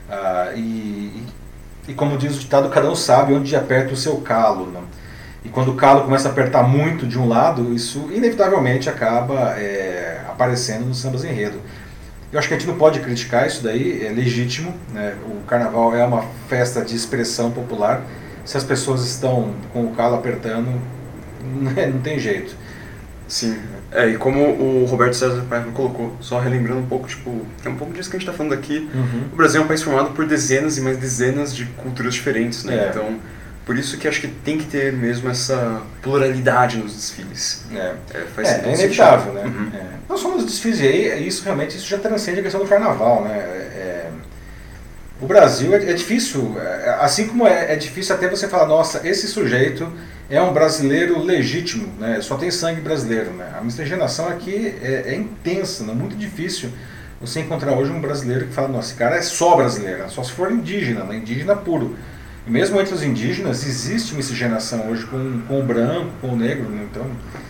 E como diz o ditado, cada um sabe onde aperta o seu calo, né? E quando o calo começa a apertar muito de um lado, isso inevitavelmente acaba aparecendo nos sambas enredo. Eu acho que a gente não pode criticar isso daí, é legítimo, né? O carnaval é uma festa de expressão popular. Se as pessoas estão com o calo apertando, não tem jeito. Sim, e como o Roberto César Paiva colocou, só relembrando um pouco, tipo, é um pouco disso que a gente está falando aqui. O Brasil é um país formado por dezenas e mais dezenas de culturas diferentes, né? Então, por isso que acho que tem que ter mesmo essa pluralidade nos desfiles. É inevitável, né? Nós somos desfiles e aí, isso já transcende a questão do carnaval, né? O Brasil é difícil, assim como é difícil até você falar, nossa, esse sujeito é um brasileiro legítimo, né? Só tem sangue brasileiro, né? A miscigenação aqui é intensa, né? Muito difícil você encontrar hoje um brasileiro que fala, nossa, esse cara é só brasileiro, né? Só se for indígena, né? Indígena puro. E mesmo entre os indígenas existe miscigenação hoje com o branco, com o negro, né? Então,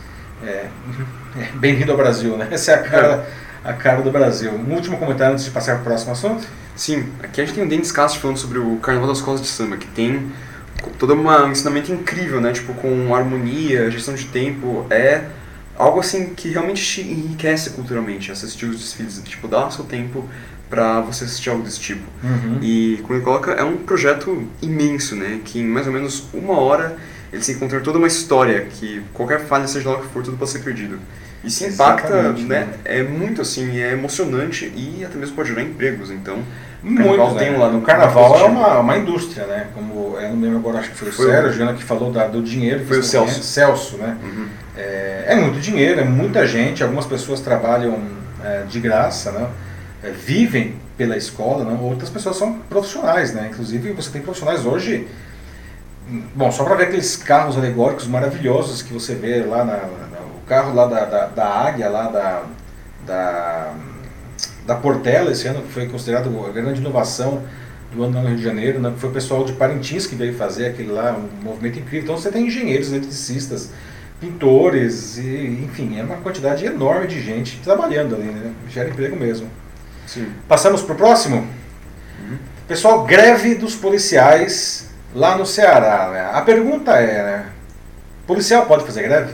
bem-vindo ao Brasil, né? Essa é a cara do Brasil. Um último comentário antes de passar para o próximo assunto? Sim, aqui a gente tem o Denis Castro falando sobre o Carnaval das Escolas de Samba, que tem todo um ensinamento incrível, né? Tipo, com harmonia, gestão de tempo, algo assim que realmente te enriquece culturalmente, assistir os desfiles, tipo, dá o seu tempo pra você assistir algo desse tipo. E, como ele coloca, é um projeto imenso, né? Que em mais ou menos 1 hora ele se encontra toda uma história, que qualquer falha, seja lá o que for, tudo pode ser perdido. E se impacta, né? É muito assim, é emocionante e até mesmo pode gerar empregos, então... Muito, né? O carnaval é uma indústria, né? Como eu não lembro agora, acho que foi o Sérgio que falou do dinheiro. Foi o Celso. Celso, né? É muito dinheiro, é muita gente, algumas pessoas trabalham de graça, né? Vivem pela escola, né? Outras pessoas são profissionais, né? Inclusive você tem profissionais hoje, bom, só para ver aqueles carros alegóricos maravilhosos que você vê lá, o carro lá da Águia, lá da Portela, esse ano foi considerado a grande inovação do ano lá no Rio de Janeiro, né? Foi o pessoal de Parintins que veio fazer aquele lá, um movimento incrível. Então você tem engenheiros, eletricistas, pintores, e, enfim, é uma quantidade enorme de gente trabalhando ali, né? Gera emprego mesmo. Sim. Passamos para o próximo? Pessoal, greve dos policiais lá no Ceará, né? A pergunta é, né? Policial pode fazer greve?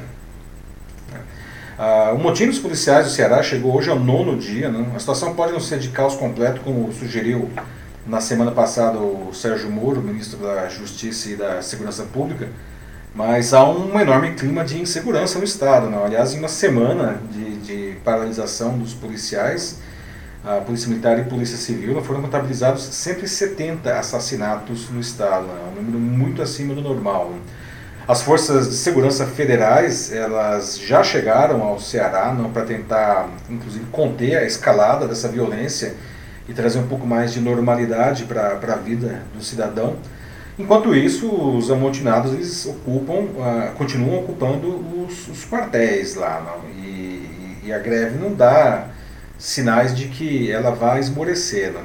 O motim dos policiais do Ceará chegou hoje ao 9º dia, né? A situação pode não ser de caos completo, como sugeriu na semana passada o Sérgio Moro, ministro da Justiça e da Segurança Pública, mas há um enorme clima de insegurança no Estado, né? Aliás, em uma semana de paralisação dos policiais, a Polícia Militar e Polícia Civil, foram contabilizados 170 assassinatos no Estado, né? Um número muito acima do normal, né? As forças de segurança federais, elas já chegaram ao Ceará, não, para tentar, inclusive, conter a escalada dessa violência e trazer um pouco mais de normalidade para a vida do cidadão. Enquanto isso, os amotinados eles continuam ocupando os quartéis lá, não? E a greve não dá sinais de que ela vai esmorecer, não?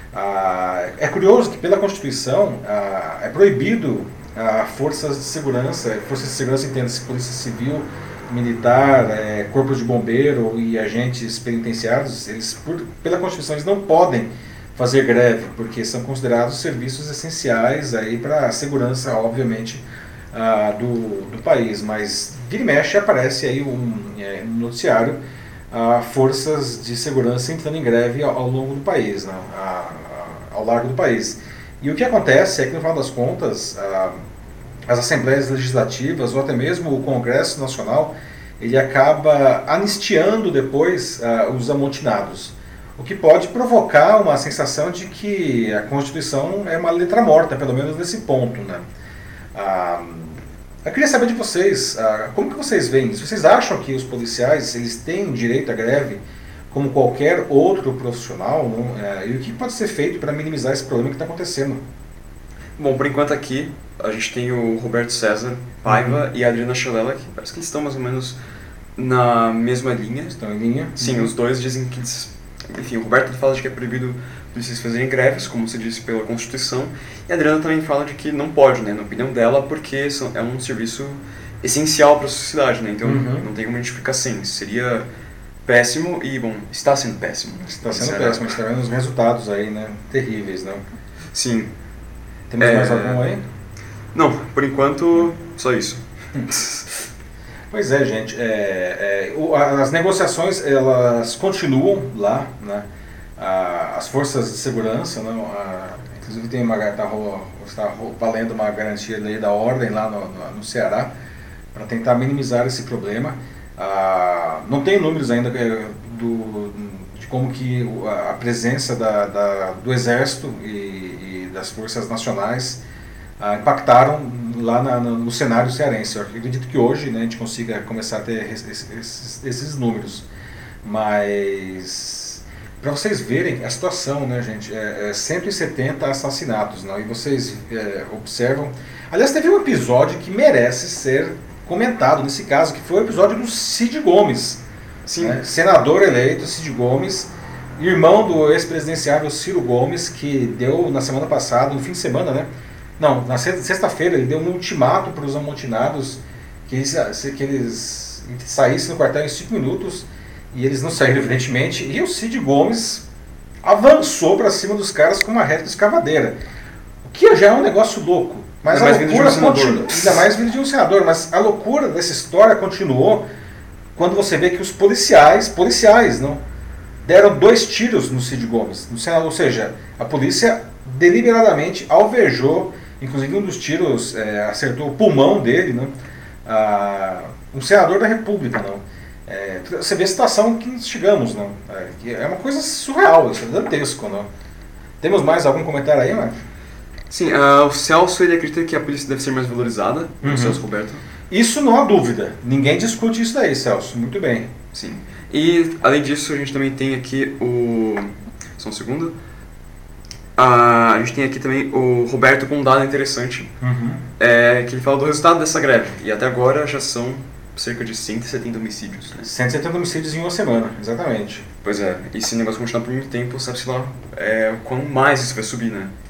É curioso que pela Constituição é proibido forças de segurança entenda-se Polícia Civil, Militar, corpos de bombeiro e agentes penitenciários, pela Constituição eles não podem fazer greve, porque são considerados serviços essenciais para a segurança, obviamente, do país. Mas vira e mexe aparece aí no noticiário forças de segurança entrando em greve ao longo do país, né? Ao largo do país. E o que acontece é que, no final das contas, as assembleias legislativas ou até mesmo o Congresso Nacional, ele acaba anistiando depois os amotinados, o que pode provocar uma sensação de que a Constituição é uma letra morta, pelo menos nesse ponto, né? Eu queria saber de vocês, como que vocês veem isso? Vocês acham que os policiais eles têm direito à greve como qualquer outro profissional, não? E o que pode ser feito para minimizar esse problema que está acontecendo? Bom, por enquanto aqui a gente tem o Roberto César Paiva e a Adriana Schelela, que parece que eles estão mais ou menos na mesma linha. Estão em linha? Sim, os dois dizem que... Enfim, o Roberto fala de que é proibido policiais fazerem greves, como se disse pela Constituição, e a Adriana também fala de que não pode, né, na opinião dela, porque é um serviço essencial para a sociedade, né, então não tem como a gente ficar sem. Seria péssimo e, bom, está sendo péssimo. Está sendo péssimo, a gente está vendo os resultados aí, né, terríveis, não? Sim. Temos mais algum aí? Não, por enquanto, só isso. Pois é, gente. As negociações elas continuam lá, né? As forças de segurança, não? Inclusive está valendo uma garantia lei da ordem lá no Ceará para tentar minimizar esse problema. Não tem números ainda de como que a presença do Exército e das forças nacionais impactaram lá no cenário cearense. Eu acredito que hoje, né, a gente consiga começar a ter esses números. Mas, para vocês verem a situação, né, gente, 170 assassinatos, não? E vocês observam... Aliás, teve um episódio que merece ser comentado nesse caso, que foi o episódio do Cid Gomes. Sim. Né? Senador eleito, Cid Gomes, irmão do ex-presidenciável Ciro Gomes, que deu na semana passada, no fim de semana, né? Não, na sexta-feira ele deu um ultimato para os amotinados que eles saíssem do quartel em 5 minutos, e eles não saíram, evidentemente, e o Cid Gomes avançou para cima dos caras com uma reta de escavadeira, o que já é um negócio louco, mas a loucura continua, ainda mais vindo de um senador, mas a loucura dessa história continuou quando você vê que os policiais não, deram 2 tiros no Cid Gomes, no senador, ou seja, a polícia deliberadamente alvejou. Inclusive um dos tiros acertou o pulmão dele, né? Um senador da República, não? Você vê a situação que chegamos, não? É uma coisa surreal, isso é dantesco, não? Temos mais algum comentário aí, Marcos? Sim, o Celso ele acredita que a polícia deve ser mais valorizada, o Celso Roberto. Isso não há dúvida, ninguém discute isso daí, Celso, muito bem. Sim, e além disso a gente também tem aqui só um segundo. A gente tem aqui também o Roberto com um dado interessante, que ele fala do resultado dessa greve. E até agora já são cerca de 170 homicídios. Né? 170 homicídios em uma semana, exatamente. Pois é, e se o negócio continuar por muito tempo, sabe-se lá quando mais isso vai subir, né?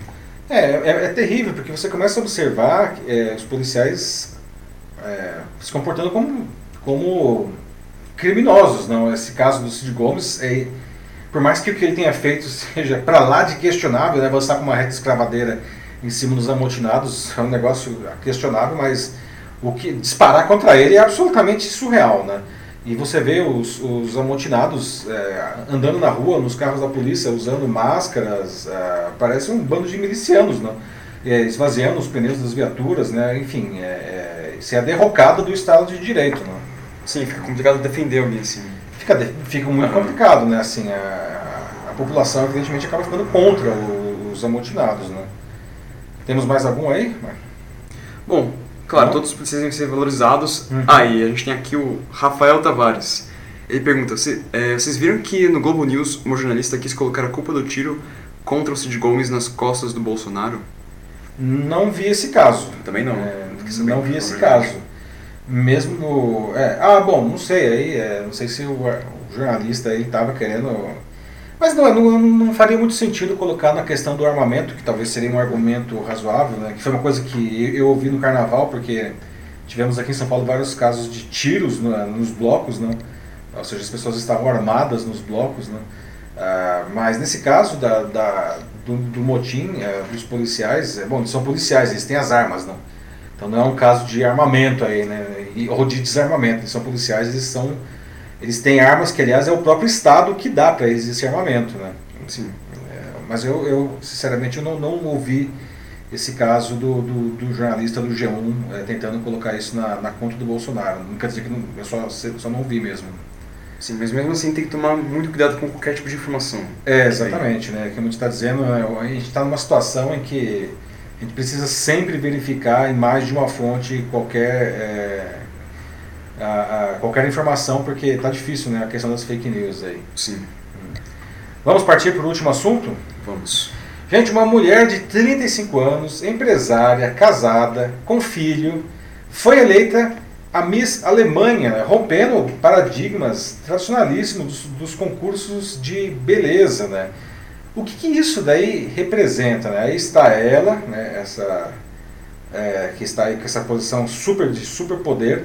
É terrível, porque você começa a observar os policiais se comportando como criminosos, não? Esse caso do Cid Gomes, por mais que o que ele tenha feito seja para lá de questionável, né, avançar com uma reta escravadeira em cima dos amotinados é um negócio questionável, mas o que disparar contra ele é absolutamente surreal, né? E você vê os amotinados andando na rua, nos carros da polícia, usando máscaras, parece um bando de milicianos, né? Esvaziando os pneus das viaturas, né? Enfim, isso é a derrocada do Estado de Direito, né? Sim, fica complicado defender alguém assim. Fica muito complicado, né? Assim, a população, evidentemente, acaba ficando contra os amotinados, né? Temos mais algum aí? Bom, claro, todos precisam ser valorizados. E a gente tem aqui o Rafael Tavares. Ele pergunta, vocês viram que no Globo News uma jornalista quis colocar a culpa do tiro contra o Cid Gomes nas costas do Bolsonaro? Não vi esse caso. Também não. Não vi esse caso. Mesmo... bom, não sei aí, não sei se o jornalista aí estava querendo... Mas não faria muito sentido colocar na questão do armamento, que talvez seria um argumento razoável, né? Que foi uma coisa que eu ouvi no Carnaval, porque tivemos aqui em São Paulo vários casos de tiros nos blocos, né? Ou seja, as pessoas estavam armadas nos blocos, né? Mas nesse caso do motim dos policiais, bom, eles são policiais, eles têm as armas, né? Então não é um caso de armamento aí, né? Ou de desarmamento, eles são policiais, eles têm armas que, aliás, é o próprio Estado que dá para eles esse armamento, né? Assim, mas eu sinceramente, eu não ouvi esse caso do jornalista do G1 tentando colocar isso na conta do Bolsonaro. Não quer dizer que eu só não vi mesmo. Sim, mas mesmo assim tem que tomar muito cuidado com qualquer tipo de informação. Exatamente, né? Como a gente está dizendo, a gente está numa situação em que a gente precisa sempre verificar em mais de uma fonte qualquer informação, porque está difícil, né, a questão das fake news aí. Sim. Vamos partir para o último assunto? Vamos. Gente, uma mulher de 35 anos, empresária, casada, com filho, foi eleita a Miss Alemanha, né, rompendo paradigmas tradicionalíssimos dos concursos de beleza, né? O que isso daí representa, né? Aí está ela, né, que está aí com essa posição de superpoder,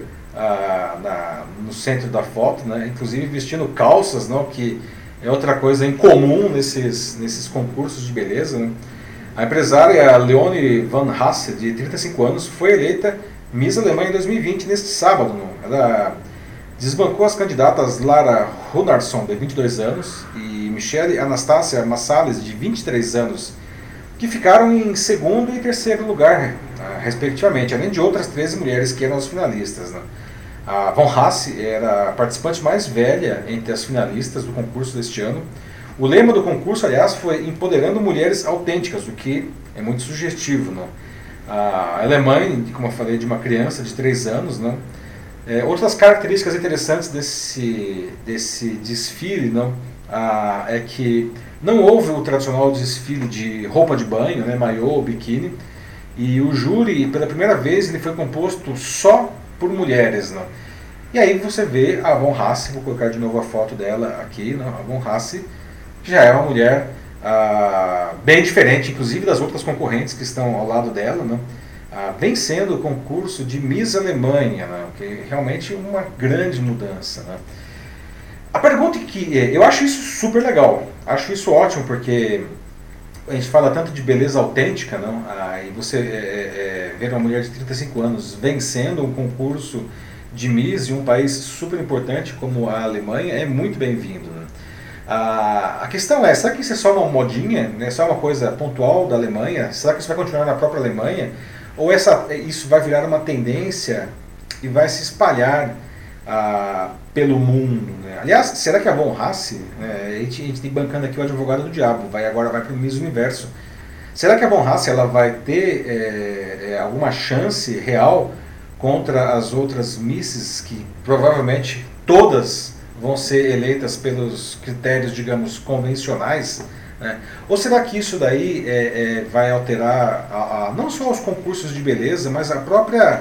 no centro da foto, né? Inclusive vestindo calças, não, que é outra coisa incomum nesses concursos de beleza, né? A empresária Leone Van Hasse, de 35 anos, foi eleita Miss Alemanha em 2020, neste sábado. Não? Ela desbancou as candidatas Lara Runarsson, de 22 anos, e Michelle Anastasia Massales, de 23 anos, que ficaram em segundo e terceiro lugar, respectivamente, além de outras 13 mulheres que eram as finalistas, né? A Van Hasse era a participante mais velha entre as finalistas do concurso deste ano. O lema do concurso, aliás, foi Empoderando Mulheres Autênticas, o que é muito sugestivo, né? Ela é mãe, como eu falei, de uma criança de 3 anos, né? Outras características interessantes desse desfile, não, é que não houve o tradicional desfile de roupa de banho, né, maiô, biquíni, e o júri, pela primeira vez, ele foi composto só por mulheres, não? E aí você vê a Von Hasse, vou colocar de novo a foto dela aqui, não? A Von Hasse já é uma mulher bem diferente, inclusive das outras concorrentes que estão ao lado dela, não? Vencendo o concurso de Miss Alemanha, né? Que é realmente uma grande mudança, né? A pergunta que eu acho isso super legal, acho isso ótimo, porque a gente fala tanto de beleza autêntica, não? E você ver uma mulher de 35 anos vencendo um concurso de Miss em um país super importante como a Alemanha é muito bem-vindo, né? A questão será que isso é só uma modinha, né? Só uma coisa pontual da Alemanha? Será que isso vai continuar na própria Alemanha? Ou isso vai virar uma tendência e vai se espalhar pelo mundo, né? Aliás, será que a Von Hasse, né, a gente tem bancando aqui o advogado do diabo, agora vai para o Miss Universo. Será que a Von Hasse ela vai ter alguma chance real contra as outras Misses, que provavelmente todas vão ser eleitas pelos critérios, digamos, convencionais, né? Ou será que isso daí vai alterar não só os concursos de beleza, mas a própria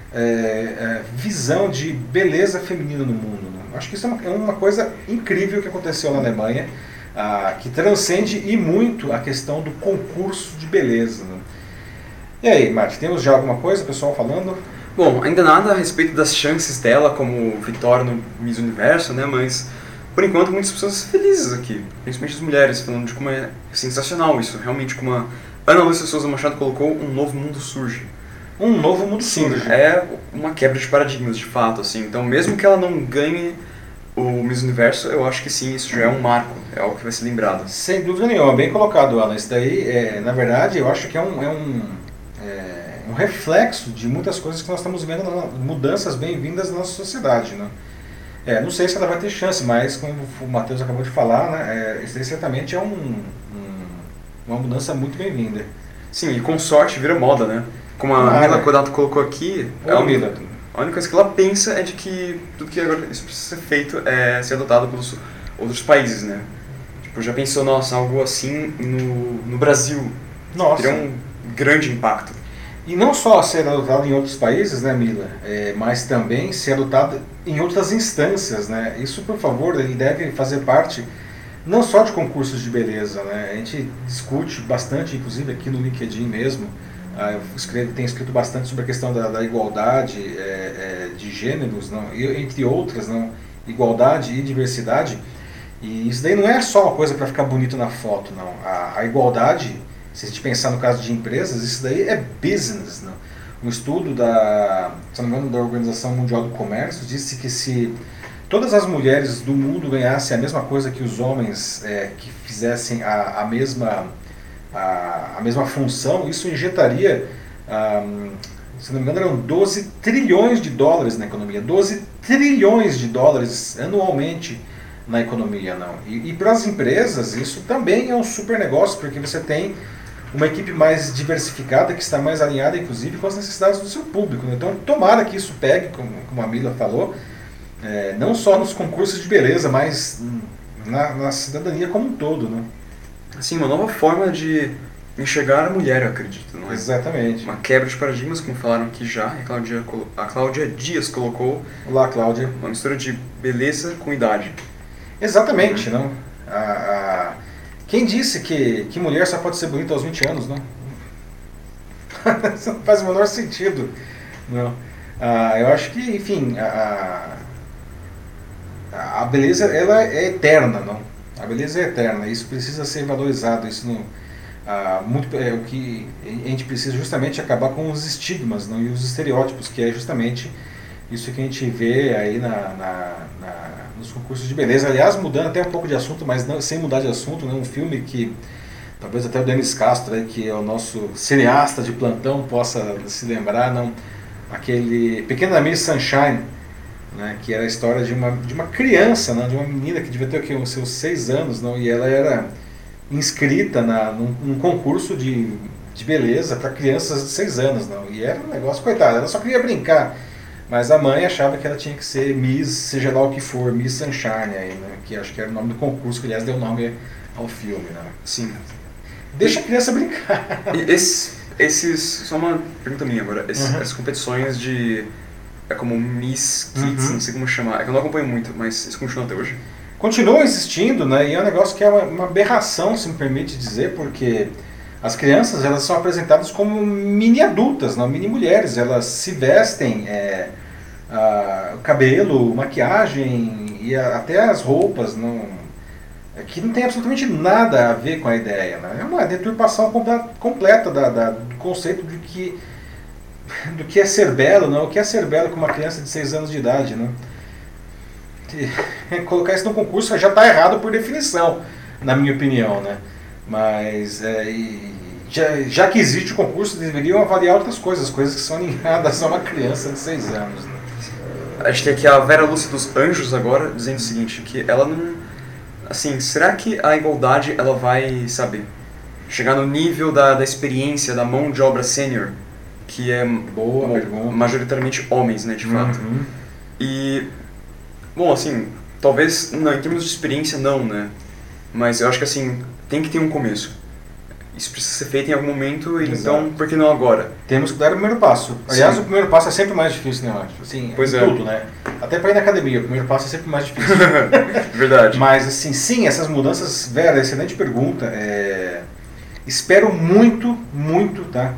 visão de beleza feminina no mundo, né? Acho que isso é uma coisa incrível que aconteceu na Alemanha. que transcende e muito a questão do concurso de beleza. Né? E aí, Mate, temos já alguma coisa, pessoal, falando? Bom, ainda nada a respeito das chances dela como vitória no Miss Universo, né? Mas, por enquanto, muitas pessoas felizes aqui, principalmente as mulheres, falando de como é sensacional isso. Realmente, como a Ana Lúcia Souza Machado colocou, um novo mundo surge. Um novo mundo surge. É uma quebra de paradigmas, de fato, assim. Então, mesmo que ela não ganhe o Miss Universo, eu acho que sim, isso já é um marco, é algo que vai ser lembrado. Sem dúvida nenhuma, bem colocado, Ana. Isso daí, na verdade, eu acho que é um reflexo de muitas coisas que nós estamos vendo, mudanças bem-vindas na nossa sociedade. Né? Não sei se ela vai ter chance, mas como o Matheus acabou de falar, né, isso daí certamente é uma mudança muito bem-vinda. Sim, e com sorte vira moda, né? Como a Mila Kodato colocou aqui, a única coisa que ela pensa é de que tudo que agora isso precisa ser feito é ser adotado pelos outros países, né? Tipo, já pensou, nossa, algo assim no Brasil? Nossa. Teria um grande impacto. E não só ser adotado em outros países, né, Mila, mas também ser adotado em outras instâncias, né? Isso, por favor, ele deve fazer parte não só de concursos de beleza, né? A gente discute bastante, inclusive aqui no LinkedIn mesmo. Eu tenho escrito bastante sobre a questão da igualdade de gêneros, não? Entre outras, não? Igualdade e diversidade. E isso daí não é só uma coisa para ficar bonito na foto, não. A igualdade, se a gente pensar no caso de empresas, isso daí é business. Não? Um estudo se não me engano, da Organização Mundial do Comércio disse que se todas as mulheres do mundo ganhassem a mesma coisa que os homens que fizessem a mesma função, isso injetaria, se não me engano, eram 12 trilhões de dólares na economia. 12 trilhões de dólares anualmente na economia. Não. E para as empresas, isso também é um super negócio, porque você tem uma equipe mais diversificada, que está mais alinhada, inclusive, com as necessidades do seu público. Né? Então, tomara que isso pegue, como a Mila falou, não só nos concursos de beleza, mas na cidadania como um todo. Né? Assim, uma nova forma de enxergar a mulher, eu acredito. Não é? Exatamente. Uma quebra de paradigmas, como falaram aqui já, a Cláudia Dias colocou. Olá, Cláudia. Uma mistura de beleza com idade. Exatamente, não? Quem disse que mulher só pode ser bonita aos 20 anos, não? Isso não faz o menor sentido. Não. Eu acho que, enfim, a beleza ela é eterna, não? A beleza é eterna, isso precisa ser valorizado, isso não, o que a gente precisa justamente acabar com os estigmas, não? E os estereótipos, que é justamente isso que a gente vê aí nos concursos de beleza. Aliás, mudando até um pouco de assunto, mas não, sem mudar de assunto, né? Um filme que talvez até o Denis Castro, né, que é o nosso cineasta de plantão, possa se lembrar, não? Aquele Pequena Miss Sunshine, né, que era a história de uma criança, não? De uma menina que devia ter os seus 6 anos, não? E ela era inscrita num concurso de beleza para crianças de 6 anos. Não? E era um negócio, coitada, ela só queria brincar. Mas a mãe achava que ela tinha que ser Miss, seja lá o que for, Miss Sunshine, aí, né? Que acho que era o nome do concurso, que aliás deu nome ao filme. Né? Sim. Deixa a criança brincar. E só uma pergunta minha agora, essas competições como Miss Kids, não sei como chamar, é que eu não acompanho muito, mas isso continua até hoje? Continuam existindo, né? E é um negócio que é uma aberração, se me permite dizer, porque as crianças elas são apresentadas como mini adultas, não mini mulheres. Elas se vestem, cabelo, maquiagem e até as roupas, que não tem absolutamente nada a ver com a ideia. Né? É uma deturpação completa do conceito do que é ser belo, não? O que é ser belo com uma criança de 6 anos de idade. Né? Colocar isso no concurso já está errado por definição, na minha opinião, né? Mas já que existe o concurso, deveriam avaliar outras coisas que são alinhadas a uma criança de 6 anos. Né? A gente tem aqui a Vera Lúcia dos Anjos agora, dizendo o seguinte, que ela não... Assim, será que a igualdade ela vai, sabe, chegar no nível da experiência, da mão de obra sênior, que é majoritariamente homens, né, de fato. E... Bom, assim, talvez, não, em termos de experiência não, né? Mas eu acho que assim, tem que ter um começo. Isso precisa ser feito em algum momento, então por que não agora? Temos que dar o primeiro passo. Aliás, o primeiro passo é sempre mais difícil, né? Assim, pois tudo, né? Até para ir na academia, o primeiro passo é sempre mais difícil. Verdade. Mas assim, sim, essas mudanças, Vera, excelente pergunta. Espero muito, muito, tá?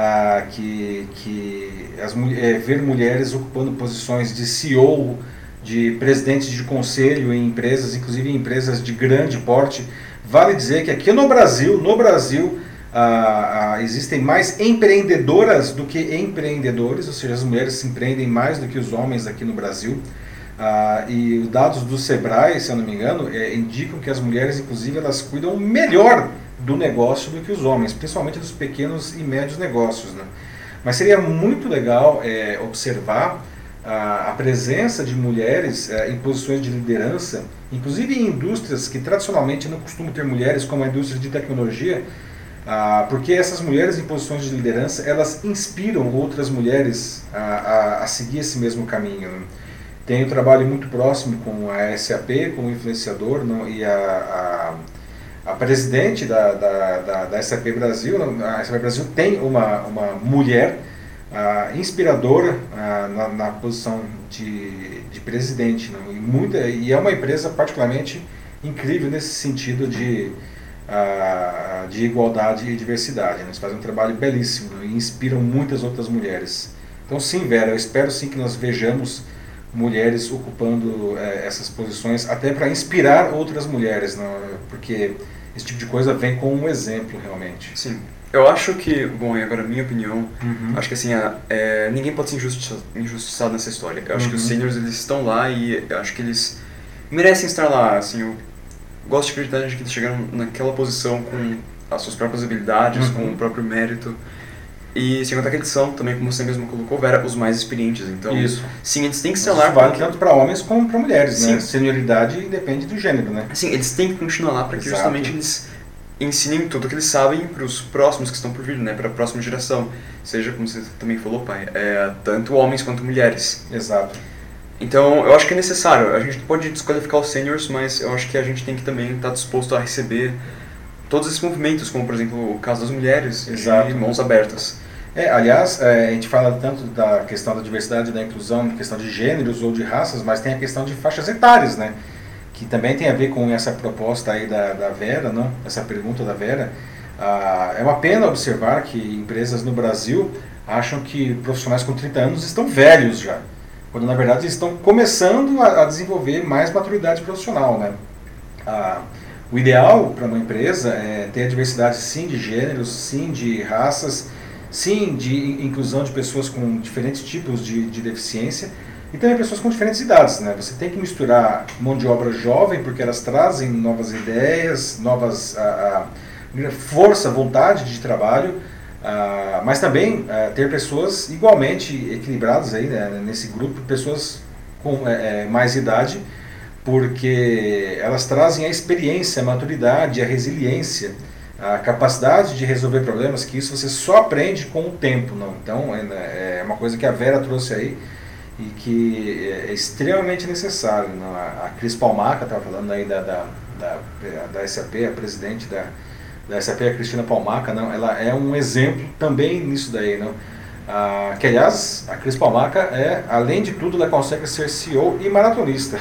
Ver mulheres ocupando posições de CEO, de presidentes de conselho em empresas, inclusive em empresas de grande porte. Vale dizer que aqui no Brasil, existem mais empreendedoras do que empreendedores, ou seja, as mulheres se empreendem mais do que os homens aqui no Brasil. E os dados do Sebrae, se eu não me engano, indicam que as mulheres, inclusive, elas cuidam melhor do negócio do que os homens, principalmente dos pequenos e médios negócios, né? Mas seria muito legal observar a presença de mulheres em posições de liderança, inclusive em indústrias que tradicionalmente não costumam ter mulheres, como a indústria de tecnologia, porque essas mulheres em posições de liderança, elas inspiram outras mulheres a seguir esse mesmo caminho, né? Tenho um trabalho muito próximo com a SAP, como influenciador, e a presidente da SAP Brasil. A SAP Brasil tem uma mulher inspiradora na posição de presidente, né? E é uma empresa particularmente incrível nesse sentido de igualdade e diversidade, né? Eles fazem um trabalho belíssimo, né? E inspiram muitas outras mulheres. Então sim, Vera, eu espero sim que nós vejamos mulheres ocupando essas posições, até para inspirar outras mulheres, né? Porque esse tipo de coisa vem com um exemplo, realmente. Sim. Eu acho que, bom, e agora a minha opinião, acho que assim, ninguém pode ser injustiçado nessa história. Eu acho que os seniors, eles estão lá e eu acho que eles merecem estar lá, assim, eu gosto de acreditar que eles chegaram naquela posição com as suas próprias habilidades, com o próprio mérito. E sem contar que eles são, também como você mesmo colocou, Vera, os mais experientes. Então, sim, eles têm que ser lá. Vale tanto para homens como para mulheres, né? Senioridade depende do gênero, né? Sim, eles têm que continuar lá para que justamente eles ensinem tudo o que eles sabem para os próximos que estão por vir, né? Para a próxima geração. Seja, como você também falou, pai, tanto homens quanto mulheres. Exato. Então, eu acho que é necessário. A gente pode desqualificar os seniors, mas eu acho que a gente tem que também estar disposto a receber todos esses movimentos, como, por exemplo, o caso das mulheres, de mãos abertas. Aliás, a gente fala tanto da questão da diversidade, da inclusão, questão de gêneros ou de raças, mas tem a questão de faixas etárias, né? Que também tem a ver com essa proposta aí da Vera, não? Essa pergunta da Vera. É uma pena observar que empresas no Brasil acham que profissionais com 30 anos estão velhos já, quando na verdade eles estão começando a desenvolver mais maturidade profissional, né? O ideal para uma empresa é ter a diversidade, sim, de gêneros, sim, de raças, sim, de inclusão de pessoas com diferentes tipos de deficiência e também pessoas com diferentes idades, né? Você tem que misturar mão de obra jovem, porque elas trazem novas ideias, novas força, vontade de trabalho, mas também ter pessoas igualmente equilibradas aí, né, nesse grupo, pessoas com mais idade, porque elas trazem a experiência, a maturidade, a resiliência, a capacidade de resolver problemas, que isso você só aprende com o tempo, não? Então é uma coisa que a Vera trouxe aí e que é extremamente necessário, não? A Cris Palmaca estava falando aí da SAP, a presidente da SAP, a Cristina Palmaca, não? Ela é um exemplo também nisso daí, não? Que aliás, a Cris Palmaca além de tudo, ela consegue ser CEO e maratonista.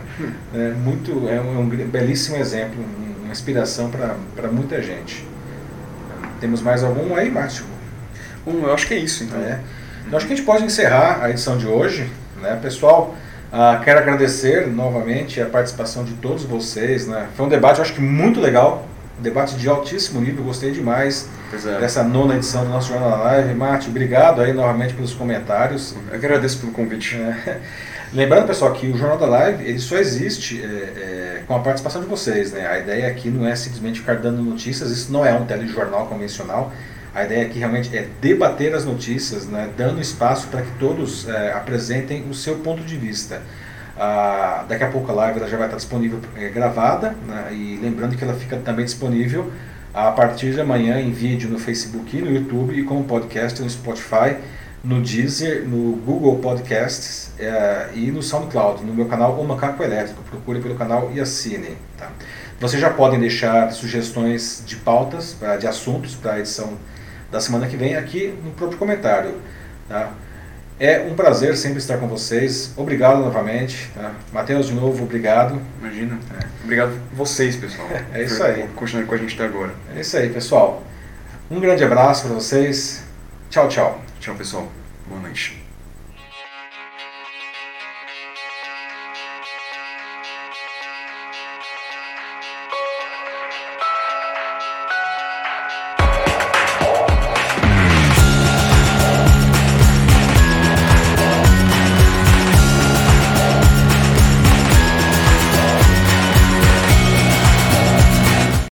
É um belíssimo exemplo, uma inspiração para muita gente. Temos mais algum aí, Márcio? Eu acho que é isso, então. Então acho que a gente pode encerrar a edição de hoje, né? Pessoal, quero agradecer novamente a participação de todos vocês, né? Foi um debate, eu acho que muito legal, um debate de altíssimo nível, gostei demais dessa 9ª edição do nosso Jornal da Live. Márcio, obrigado aí novamente pelos comentários. Eu agradeço pelo convite. Lembrando, pessoal, que o Jornal da Live ele só existe com a participação de vocês, né? A ideia aqui não é simplesmente ficar dando notícias, isso não é um telejornal convencional. A ideia aqui realmente é debater as notícias, né? Dando espaço para que todos apresentem o seu ponto de vista. Daqui a pouco a live ela já vai estar disponível gravada, né? E lembrando que ela fica também disponível a partir de amanhã em vídeo no Facebook e no YouTube, e como podcast no Spotify, no Deezer, no Google Podcasts e no SoundCloud, no meu canal O Macaco Elétrico. Procure pelo canal e assinem. Tá? Vocês já podem deixar sugestões de pautas, de assuntos para a edição da semana que vem aqui no próprio comentário. Tá? É um prazer sempre estar com vocês. Obrigado novamente. Tá? Matheus, de novo, obrigado. Imagina. Obrigado vocês, pessoal. É isso aí. Por continuar com a gente até agora. É isso aí, pessoal. Um grande abraço para vocês. Tchau, tchau. Tchau, pessoal. Boa noite.